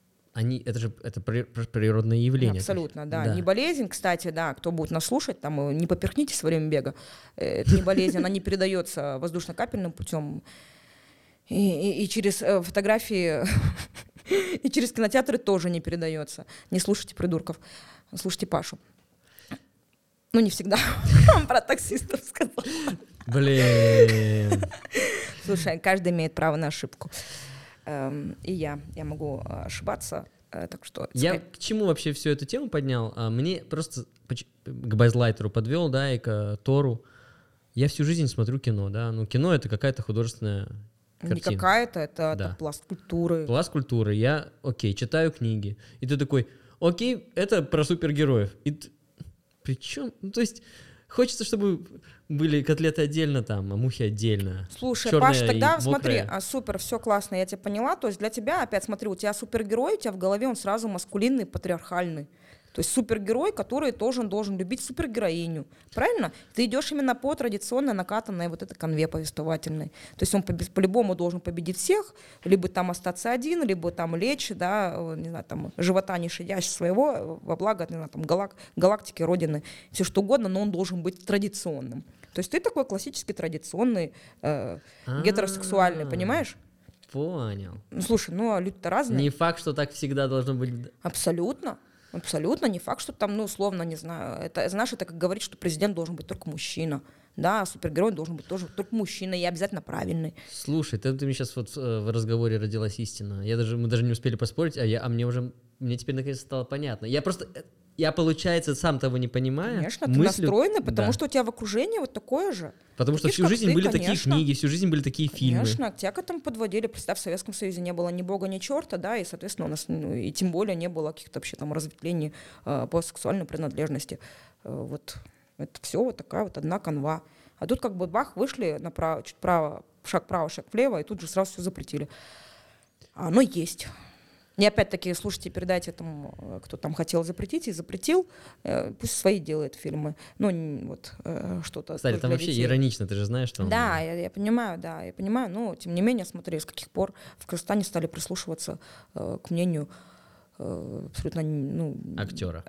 S1: Это природное явление.
S2: Абсолютно, да. Не болезнь, кстати, да, кто будет нас слушать, там не поперхнитесь во время бега. Это не болезнь, она не передается воздушно-капельным путем. И через фотографии, и через кинотеатры тоже не передается. Не слушайте придурков, слушайте Пашу. Ну, не всегда. Про таксистов сказал.
S1: Блин.
S2: Слушай, каждый имеет право на ошибку. И я могу ошибаться, так что...
S1: Я к чему вообще всю эту тему поднял? Мне просто к Базлайтеру подвел, да, и к Тору. Я всю жизнь смотрю кино, да. Ну, кино — это какая-то художественная картина.
S2: Не какая-то, это пласт культуры.
S1: Пласт культуры. Я, читаю книги. И ты такой, это про супергероев. И причем, ну, то есть... Хочется, чтобы были котлеты отдельно там, а мухи отдельно.
S2: Слушай, Паш, тогда смотри, супер, все классно, я тебя поняла. То есть для тебя, опять смотри, у тебя супергерой, у тебя в голове он сразу маскулинный, патриархальный. То есть супергерой, который должен любить супергероиню. Правильно? Ты идешь именно по традиционной накатанной вот этой конве повествовательной. То есть он по-любому должен победить всех, либо там остаться один, либо там лечь, да, не знаю, там живота не щадящий своего во благо, не знаю, там галактики, родины, все что угодно, но он должен быть традиционным. То есть ты такой классический традиционный гетеросексуальный, понимаешь?
S1: Понял.
S2: Ну, слушай, а люди-то разные.
S1: Не факт, что так всегда должно быть.
S2: Абсолютно. Абсолютно, не факт, что там, условно, не знаю, это, знаешь, это как говорить, что президент должен быть только мужчина, да, а супергерой должен быть тоже только мужчина и обязательно правильный.
S1: Слушай, ты мне сейчас вот в разговоре родилась истина, мы даже не успели поспорить, мне теперь наконец стало понятно. Я, получается, сам того не понимая,
S2: конечно, ты настроенный, потому что у тебя в окружении вот такое же.
S1: Потому что всю жизнь были такие книги, всю жизнь были такие фильмы.
S2: Конечно, тебя к этому подводили. Представь, в Советском Союзе не было ни бога, ни черта, да, и, соответственно, у нас, и тем более не было каких-то вообще там разветвлений по сексуальной принадлежности. Вот это все вот такая вот одна канва. А тут как бы бах, вышли направо, чуть право, шаг вправо, шаг влево, и тут же сразу все запретили. А оно есть. И опять-таки, слушайте, передайте этому, кто там хотел запретить и запретил, пусть свои делает фильмы. Ну, вот что-то.
S1: Кстати, там вообще детей. Иронично, ты же знаешь, что он...
S2: Да, я понимаю, но тем не менее, смотри, с каких пор в Казахстане стали прислушиваться к мнению абсолютно...
S1: актера.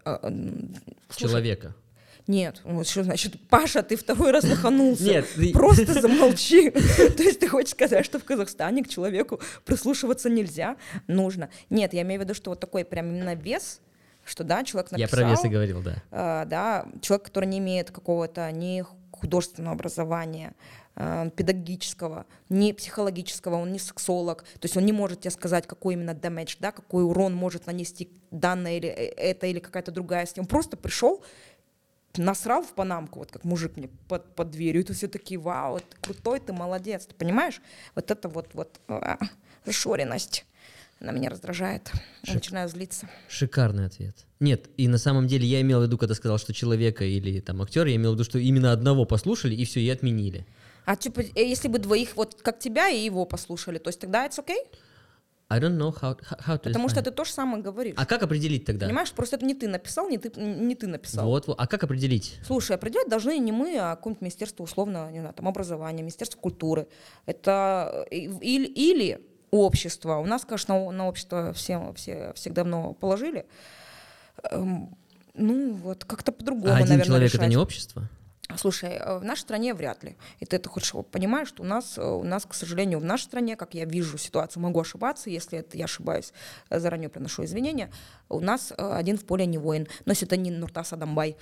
S1: Человека.
S2: Нет, вот что значит, Паша, ты второй раз лоханулся.
S1: Нет,
S2: просто замолчи. То есть ты хочешь сказать, что в Казахстане к человеку прислушиваться нельзя? Нужно. Нет, я имею в виду, что вот такой прям именно вес, что да, человек написал.
S1: Я про вес и говорил, да.
S2: Да, человек, который не имеет какого-то ни художественного образования, педагогического, ни психологического, он не сексолог, то есть он не может тебе сказать, какой именно damage, да, какой урон может нанести данное или это, или какая-то другая схема. Он просто пришел, насрал в панамку, вот как мужик мне под дверью, и тут все такие: вау, ты крутой, ты молодец, ты понимаешь? Вот это вот зашоренность, она меня раздражает, я начинаю злиться.
S1: Шикарный ответ. Нет, и на самом деле я имел в виду, когда сказал, что человека или там актера, я имел в виду, что именно одного послушали, и все, и отменили.
S2: А типа, если бы двоих, вот как тебя и его послушали, то есть тогда it's okay?
S1: I don't know how to
S2: Потому что
S1: define.
S2: ты то же самое говоришь.
S1: А как определить тогда?
S2: Понимаешь, просто это не ты написал, не ты написал.
S1: Вот, а как определить?
S2: Слушай, определять должны не мы, а какое-нибудь министерство условно, не знаю, там, образования, министерство культуры. Это или общество. У нас, конечно, на общество все давно положили. Ну, вот как-то по-другому,
S1: А один
S2: наверное,
S1: человек —
S2: решать.
S1: это не общество?
S2: Слушай, в нашей стране вряд ли. И ты это хочешь понимаешь, что у нас, к сожалению, в нашей стране, как я вижу ситуацию, могу ошибаться, если это я ошибаюсь, заранее приношу извинения, у нас один в поле не воин. Но если это не Нуртас Адамбай.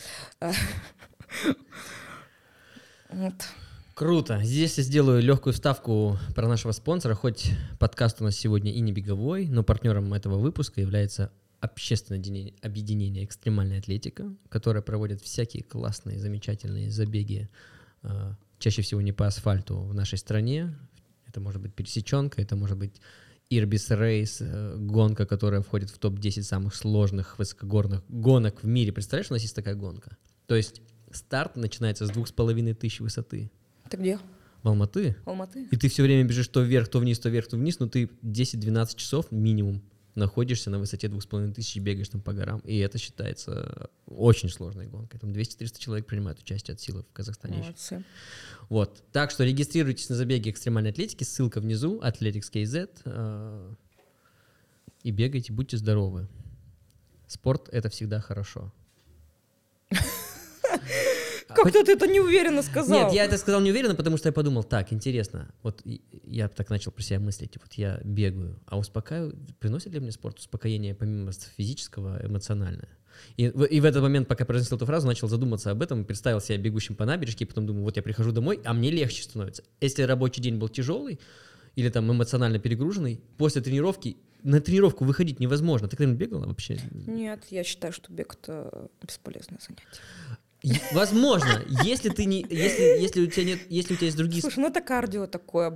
S1: Круто. Здесь я сделаю легкую вставку про нашего спонсора. Хоть подкаст у нас сегодня и не беговой, но партнером этого выпуска является общественное объединение «Экстремальная атлетика», которое проводит всякие классные, замечательные забеги, чаще всего не по асфальту, в нашей стране. Это может быть пересеченка, это может быть Ирбис Рейс, гонка, которая входит в топ-10 самых сложных высокогорных гонок в мире. Представляешь, у нас есть такая гонка? То есть старт начинается с 2500 высоты.
S2: Ты где?
S1: В Алматы.
S2: Алматы?
S1: И ты все время бежишь то вверх, то вниз, то вверх, то вниз, но ты 10-12 часов минимум находишься на высоте 2500 и бегаешь там по горам. И это считается очень сложной гонкой. Там 200-300 человек принимают участие от силы в Казахстане.
S2: Молодцы.
S1: Вот. Так что регистрируйтесь на забеге экстремальной атлетики. Ссылка внизу. Athletics.kz. И бегайте, будьте здоровы. Спорт — это всегда хорошо.
S2: Как-то ты это неуверенно сказал.
S1: Нет, я это сказал неуверенно, потому что я подумал: так, интересно, вот я так начал про себя мыслить, вот я бегаю, а приносит ли мне спорт успокоение помимо физического, эмоциональное? И в этот момент, пока произносил эту фразу, начал задуматься об этом, представил себя бегущим по набережке, и потом думаю: вот я прихожу домой, а мне легче становится. Если рабочий день был тяжелый или там эмоционально перегруженный, после тренировки на тренировку выходить невозможно. Ты когда-нибудь бегала вообще?
S2: Нет, я считаю, что бег — это бесполезное занятие.
S1: Возможно, если у тебя нет, если у тебя есть другие...
S2: Слушай, ну это кардио такое,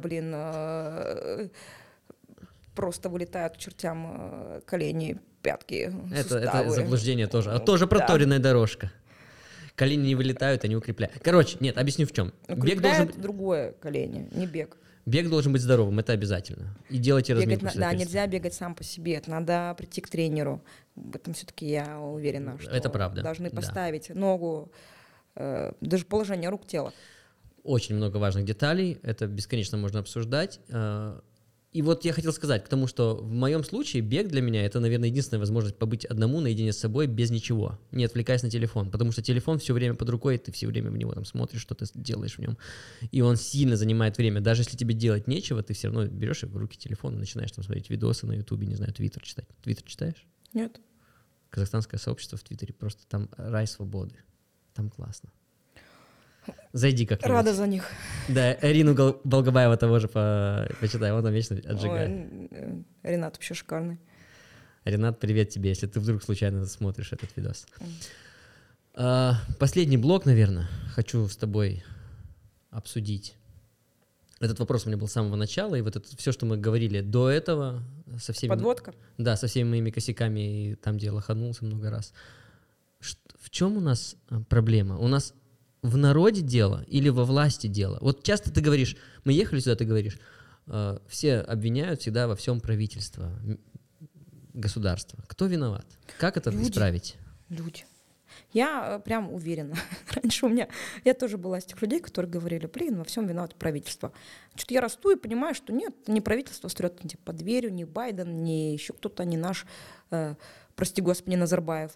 S2: просто вылетают к чертям колени, пятки, суставы.
S1: Это заблуждение тоже. Тоже проторенная дорожка. Колени не вылетают, они укрепляют. Короче, нет, объясню в чем. Бег должен быть...
S2: другое колени, не бег.
S1: Бег должен быть здоровым, это обязательно. И делайте разминку.
S2: Да, нельзя бегать сам по себе, это надо прийти к тренеру. В этом все-таки я уверена, что
S1: это правда.
S2: Должны поставить ногу, даже положение рук, тела.
S1: Очень много важных деталей, это бесконечно можно обсуждать. И вот я хотел сказать к тому, что в моем случае бег для меня — это, наверное, единственная возможность побыть одному, наедине с собой, без ничего, не отвлекаясь на телефон, потому что телефон все время под рукой, ты все время в него там смотришь, что ты делаешь в нем, и он сильно занимает время. Даже если тебе делать нечего, ты все равно берешь в руки телефон и начинаешь там смотреть видосы на Ютубе, не знаю, Твиттер читать. Твиттер читаешь?
S2: Нет.
S1: Казахстанское сообщество в Твиттере, просто там рай свободы, там классно. Зайди как-нибудь.
S2: Рада за них.
S1: Да, Ирину Балгабаева того же почитай, он там вечно отжигает.
S2: Ой, Ренат вообще шикарный.
S1: Ренат, привет тебе, если ты вдруг случайно смотришь этот видос. Последний блок, наверное, хочу с тобой обсудить. Этот вопрос у меня был с самого начала, и вот это все, что мы говорили до этого, со всеми...
S2: Подводка?
S1: Да, со всеми моими косяками, и там, где я лоханулся много раз. В чем у нас проблема? У нас в народе дело или во власти дело? Вот часто ты говоришь, мы ехали сюда, ты говоришь, все обвиняют всегда во всем правительство, государство. Кто виноват? Как это исправить?
S2: Люди. Я прям уверена. Раньше я тоже была из тех людей, которые говорили: блин, во всем виновато правительство. Что-то я расту и понимаю, что нет, не правительство строит ни под дверью, ни Байден, ни еще кто-то, ни наш, прости господи, Назарбаев.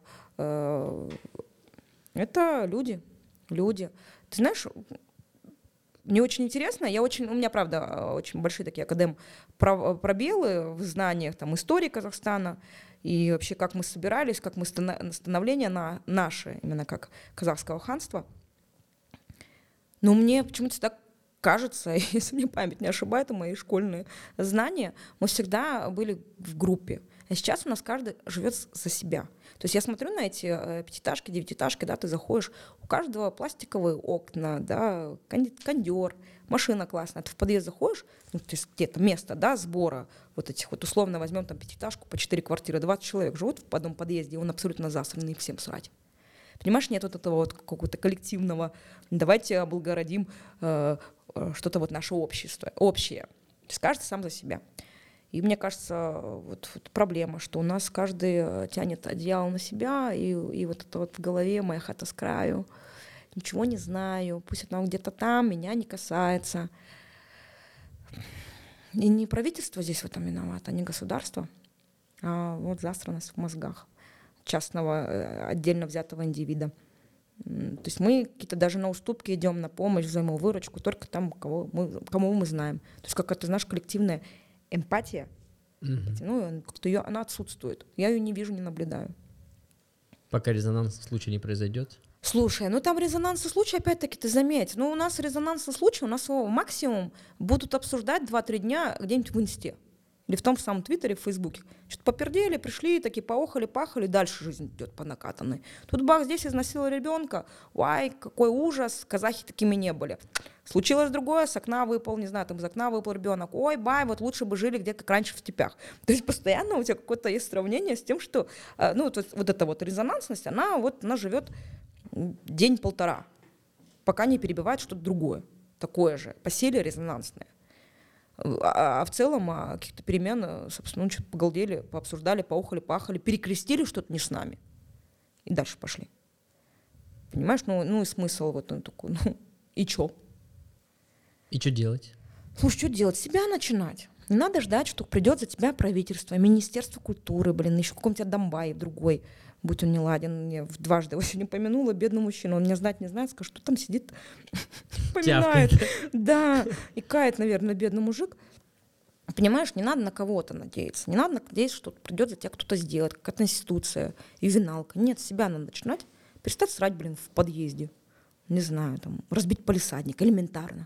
S2: Это люди. Люди. Ты знаешь, мне очень интересно, у меня, правда, очень большие такие пробелы в знаниях там, истории Казахстана и вообще, как мы собирались, как мы становление наше, именно как казахского ханства. Но мне почему-то так кажется, если мне память не ошибает, мои школьные знания, мы всегда были в группе. А сейчас у нас каждый живет за себя. То есть я смотрю на эти пятиэтажки, девятиэтажки, да, ты заходишь, у каждого пластиковые окна, да, кондер, машина классная. Ты в подъезд заходишь, ну, то есть где-то место, да, сбора вот этих вот, условно возьмем там пятиэтажку по 4 квартиры, 20 человек живут в одном подъезде, он абсолютно засранный, всем срать. Понимаешь, нет вот этого вот какого-то коллективного, давайте облагородим что-то вот наше общество, общее. То есть каждый сам за себя. И мне кажется, вот проблема, что у нас каждый тянет одеяло на себя, и вот это вот в голове моя хата с краю, ничего не знаю, пусть это где-то там, меня не касается. И не правительство здесь в этом виновато, не государство, а вот засранность в мозгах частного, отдельно взятого индивида. То есть мы какие-то даже на уступки идем, на помощь, взаимовыручку только там, кому мы знаем. То есть какая-то, знаешь, коллективная эмпатия, ну, как-то она отсутствует. Я ее не вижу, не наблюдаю.
S1: Пока резонансный случай не произойдет?
S2: Слушай, ну там резонансный случай, опять-таки, ты заметь, ну у нас резонансный случай, у нас его максимум будут обсуждать 2-3 дня где-нибудь в Инсте. Или в том же самом Твиттере, в Фейсбуке. Что-то попердели, пришли, такие поохали, пахали, дальше жизнь идет по накатанной. Тут бах, здесь изнасиловали ребенка. Ой, какой ужас, казахи такими не были. Случилось другое, с окна выпал, не знаю, там из окна выпал ребенок. Ой, бай, вот лучше бы жили где как раньше в степях. То есть постоянно у тебя какое-то есть сравнение с тем, что ну, вот эта вот резонансность, она живет день-полтора, пока не перебивает что-то другое, такое же, по силе резонансное. А в целом каких-то перемен, собственно, ну, что-то погалдели, пообсуждали, поохали, пахали, перекрестили что-то не с нами. И дальше пошли. Понимаешь? Ну и смысл вот он такой, ну и чё?
S1: И что делать?
S2: Слушай, что делать? Себя начинать. Не надо ждать, что придет за тебя правительство, Министерство культуры, еще какой-нибудь Адамбай другой, будь он не ладен. Я дважды его сегодня помянула, бедный мужчина. Он меня знать не знает, скажет, что там сидит, поминает. Да, и кает, наверное, бедный мужик. Понимаешь, не надо на кого-то надеяться. Не надо надеяться, что придет за тебя кто-то сделать, какая-то институция, ювеналка. Нет, с себя надо начинать. Перестать срать, в подъезде. Не знаю, там, разбить палисадник, элементарно.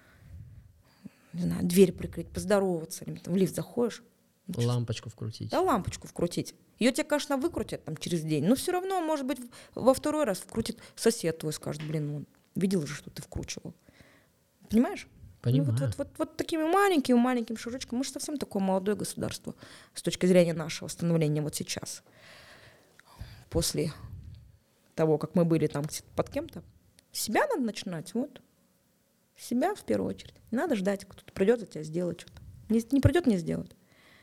S2: Не знаю, дверь прикрыть, поздороваться, или в лифт заходишь.
S1: Лампочку вкрутить.
S2: Да, лампочку вкрутить. Ее тебе, конечно, выкрутят там через день, но все равно, может быть, во второй раз вкрутит сосед твой, скажет, он видел же, что ты вкручивал. Понимаешь?
S1: Понимаю.
S2: Ну, вот такими маленькими шажочками. Мы же совсем такое молодое государство с точки зрения нашего становления вот сейчас. После того, как мы были там под кем-то, себя надо начинать, вот. Себя в первую очередь. Не надо ждать, кто-то придет за тебя сделать что-то. Не придет, не сделает.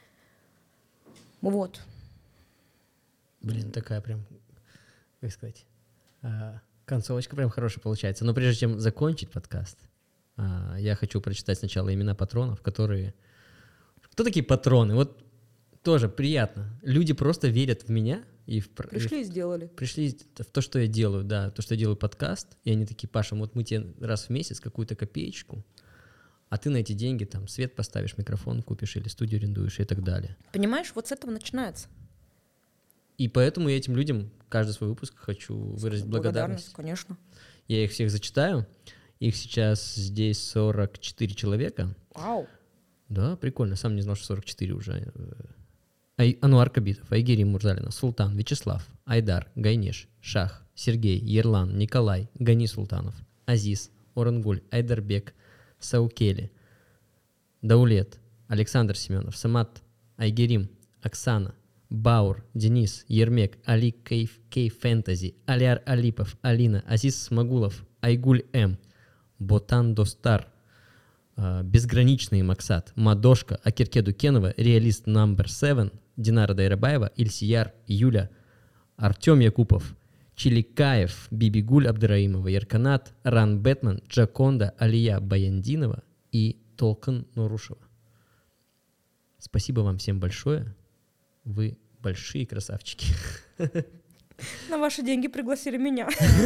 S2: Вот.
S1: Такая прям, как сказать, концовочка прям хорошая получается. Но прежде чем закончить подкаст, я хочу прочитать сначала имена патронов, которые... Кто такие патроны? Вот тоже приятно. Люди просто верят в меня.
S2: Пришли и сделали.
S1: Пришли в то, что я делаю, да, то, что я делаю подкаст, и они такие: Паша, вот мы тебе раз в месяц какую-то копеечку, а ты на эти деньги там свет поставишь, микрофон купишь или студию арендуешь и так далее.
S2: Понимаешь, вот с этого начинается.
S1: И поэтому я этим людям каждый свой выпуск хочу выразить благодарность.
S2: Конечно.
S1: Я их всех зачитаю. Их сейчас здесь 44 человека.
S2: Вау.
S1: Да, прикольно. Сам не знал, что 44 уже. Ануар Кабитов, Айгерим Мурзалина, Султан, Вячеслав, Айдар, Гайнеш, Шах, Сергей, Ерлан, Николай, Гани Султанов, Азиз, Орангуль, Айдарбек, Саукели, Даулет, Александр Семенов, Самат, Айгерим, Оксана, Баур, Денис, Ермек, Али Кей Фэнтези, Алиар Алипов, Алина, Азиз Смагулов, Айгуль М, Ботан Достар, Безграничный Максат, Мадошка, Акирке Дукенова, Реалист Number 7, Динара Дайрабаева, Ильсияр, Юля, Артем Якупов, Чиликаев, Бибигуль Абдраимова, Ярканат, Ран Бэтмен, Джаконда, Алия Баяндинова и Толкан Нурушева. Спасибо вам всем большое. Вы большие красавчики.
S2: На ваши деньги пригласили меня.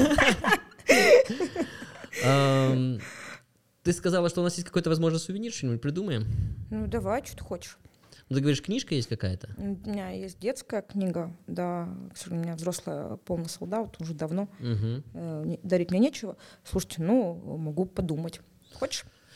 S1: Ты сказала, что у нас есть какой-то, возможно, сувенир, что-нибудь придумаем?
S2: Ну, давай, что ты хочешь.
S1: Ну, ты говоришь, книжка есть какая-то?
S2: У меня есть детская книга, да, к сожалению, у меня взрослая полная солдат, уже давно. Дарить мне нечего. Слушайте, могу подумать. Хочешь?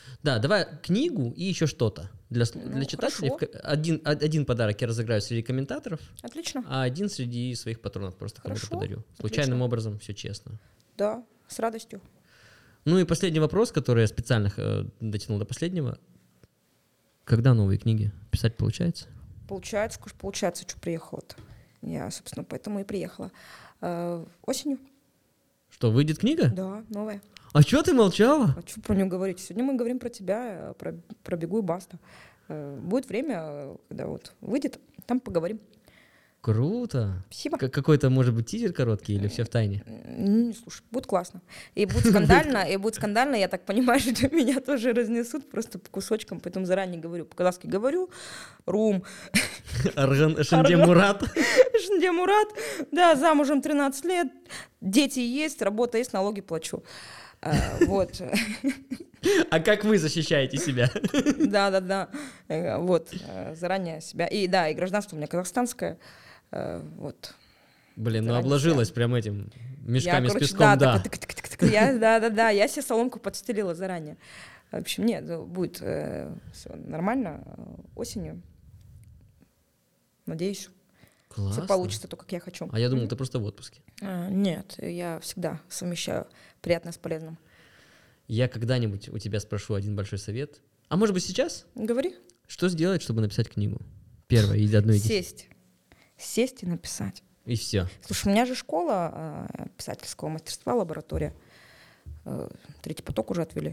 S1: Да, давай книгу и еще что-то. Для читателей один подарок я разыграю среди комментаторов,
S2: Отлично.
S1: а один среди своих патронов просто кому-то
S2: Хорошо.
S1: подарю. Случайным образом, все честно.
S2: Да, с радостью.
S1: Ну и последний вопрос, который я специально дотянул до последнего. Когда новые книги? Писать получается?
S2: Получается, что приехала-то. Я, собственно, поэтому и приехала. Осенью.
S1: Что, выйдет книга?
S2: Да, новая.
S1: А что ты молчала?
S2: А что про нее говорить? Сегодня мы говорим про тебя, про «Бегу» и «Баста». Будет время, когда вот выйдет, там поговорим.
S1: Круто.
S2: Спасибо.
S1: Какой-то, может быть, тизер короткий или все в тайне?
S2: Слушай, будет классно. И будет скандально, я так понимаю, что меня тоже разнесут просто по кусочкам, поэтому заранее говорю, по-казахски говорю, рум.
S1: Шенде Мурат.
S2: Шенде Мурат, да, замужем 13 лет, дети есть, работа есть, налоги плачу. Вот.
S1: А как вы защищаете себя?
S2: Да. Вот, заранее себя. И да, и гражданство у меня казахстанское. Вот.
S1: Блин, ну обложилась прям этим мешками с песком, да.
S2: Да, я себе соломку подстелила заранее. В общем, нет, будет все нормально осенью. Надеюсь, все получится то, как я хочу.
S1: А я думал, ты просто в отпуске.
S2: Нет, я всегда совмещаю приятное с полезным.
S1: Я когда-нибудь у тебя спрошу один большой совет. А может быть сейчас?
S2: Говори.
S1: Что сделать, чтобы написать книгу? Первое, из одной идеи.
S2: Сесть и написать.
S1: И все.
S2: Слушай, у меня же школа писательского мастерства, лаборатория. 3-й поток уже отвели.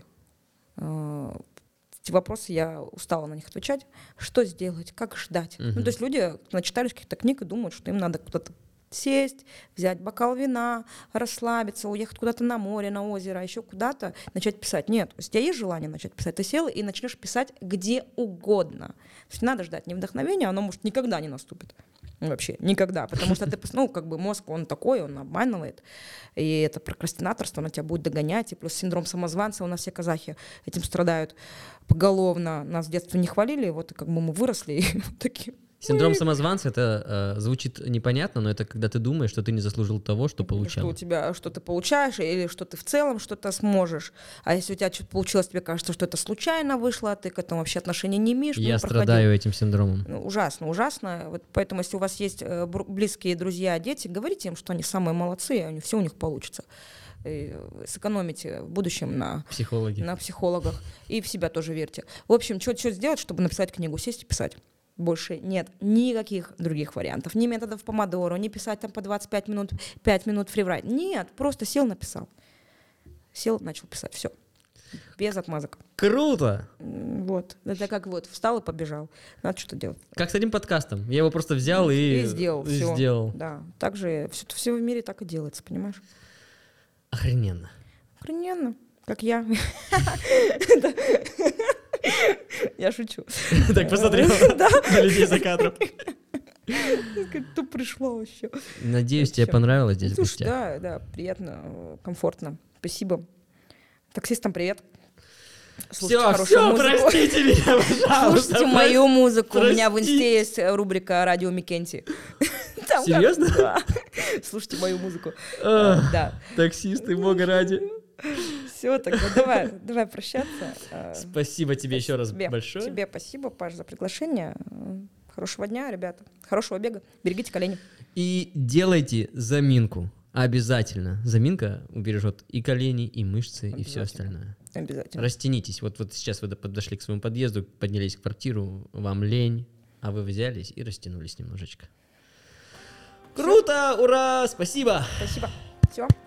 S2: Эти вопросы, я устала на них отвечать. Что сделать? Как ждать? Ну, то есть люди начитались каких-то книг и думают, что им надо куда-то сесть, взять бокал вина, расслабиться, уехать куда-то на море, на озеро, еще куда-то, начать писать. Нет, если у тебя есть желание начать писать, ты села и начнешь писать где угодно. То есть не надо ждать не вдохновения, оно может никогда не наступит. Вообще никогда, потому что ты, мозг, он такой, он обманывает, и это прокрастинаторство, оно тебя будет догонять, и плюс синдром самозванца, у нас все казахи этим страдают поголовно, нас в детстве не хвалили, вот как бы мы выросли, и такие...
S1: Синдром самозванца, это звучит непонятно, но это когда ты думаешь, что ты не заслужил того, что получал.
S2: Что у тебя, что ты получаешь, или что ты в целом что-то сможешь. А если у тебя что-то получилось, тебе кажется, что это случайно вышло, ты к этому вообще отношения не имеешь.
S1: Я страдаю этим синдромом.
S2: Ужасно. Вот поэтому, если у вас есть близкие друзья, дети, говорите им, что они самые молодцы, и все у них получится. И сэкономите в будущем на психологах. И в себя тоже верьте. В общем, что сделать, чтобы написать книгу? Сесть и писать. Больше нет никаких других вариантов. Ни методов помодоро, ни писать там по 25 минут, 5 минут фриврайт. Нет, просто сел, написал. Сел, начал писать. Все. Без отмазок.
S1: Круто!
S2: Вот. Это как встал и побежал. Надо что-то делать.
S1: Как с этим подкастом. Я его просто взял и
S2: сделал. Да. Так же все в мире так и делается, понимаешь?
S1: Охрененно.
S2: Как я. Я шучу.
S1: Так посмотрела на людей за кадром.
S2: Кто пришла вообще?
S1: Надеюсь, тебе понравилось здесь в
S2: Слушай,
S1: гостях.
S2: да, приятно, комфортно. Спасибо. Таксистам привет.
S1: Все, простите меня, пожалуйста.
S2: Слушайте мою музыку. У меня в инсте есть рубрика «Радио Микенти».
S1: Серьезно?
S2: Да. Слушайте мою музыку. Да.
S1: Таксисты, бога ради.
S2: Все, тогда давай прощаться.
S1: Спасибо тебе еще раз большое.
S2: Тебе спасибо, Паш, за приглашение. Хорошего дня, ребята. Хорошего бега. Берегите колени.
S1: И делайте заминку. Обязательно. Заминка убережет и колени, и мышцы, и все остальное.
S2: Обязательно.
S1: Растянитесь. Вот сейчас вы подошли к своему подъезду, поднялись в квартиру, вам лень, а вы взялись и растянулись немножечко. Круто! Ура! Спасибо!
S2: Спасибо. Все.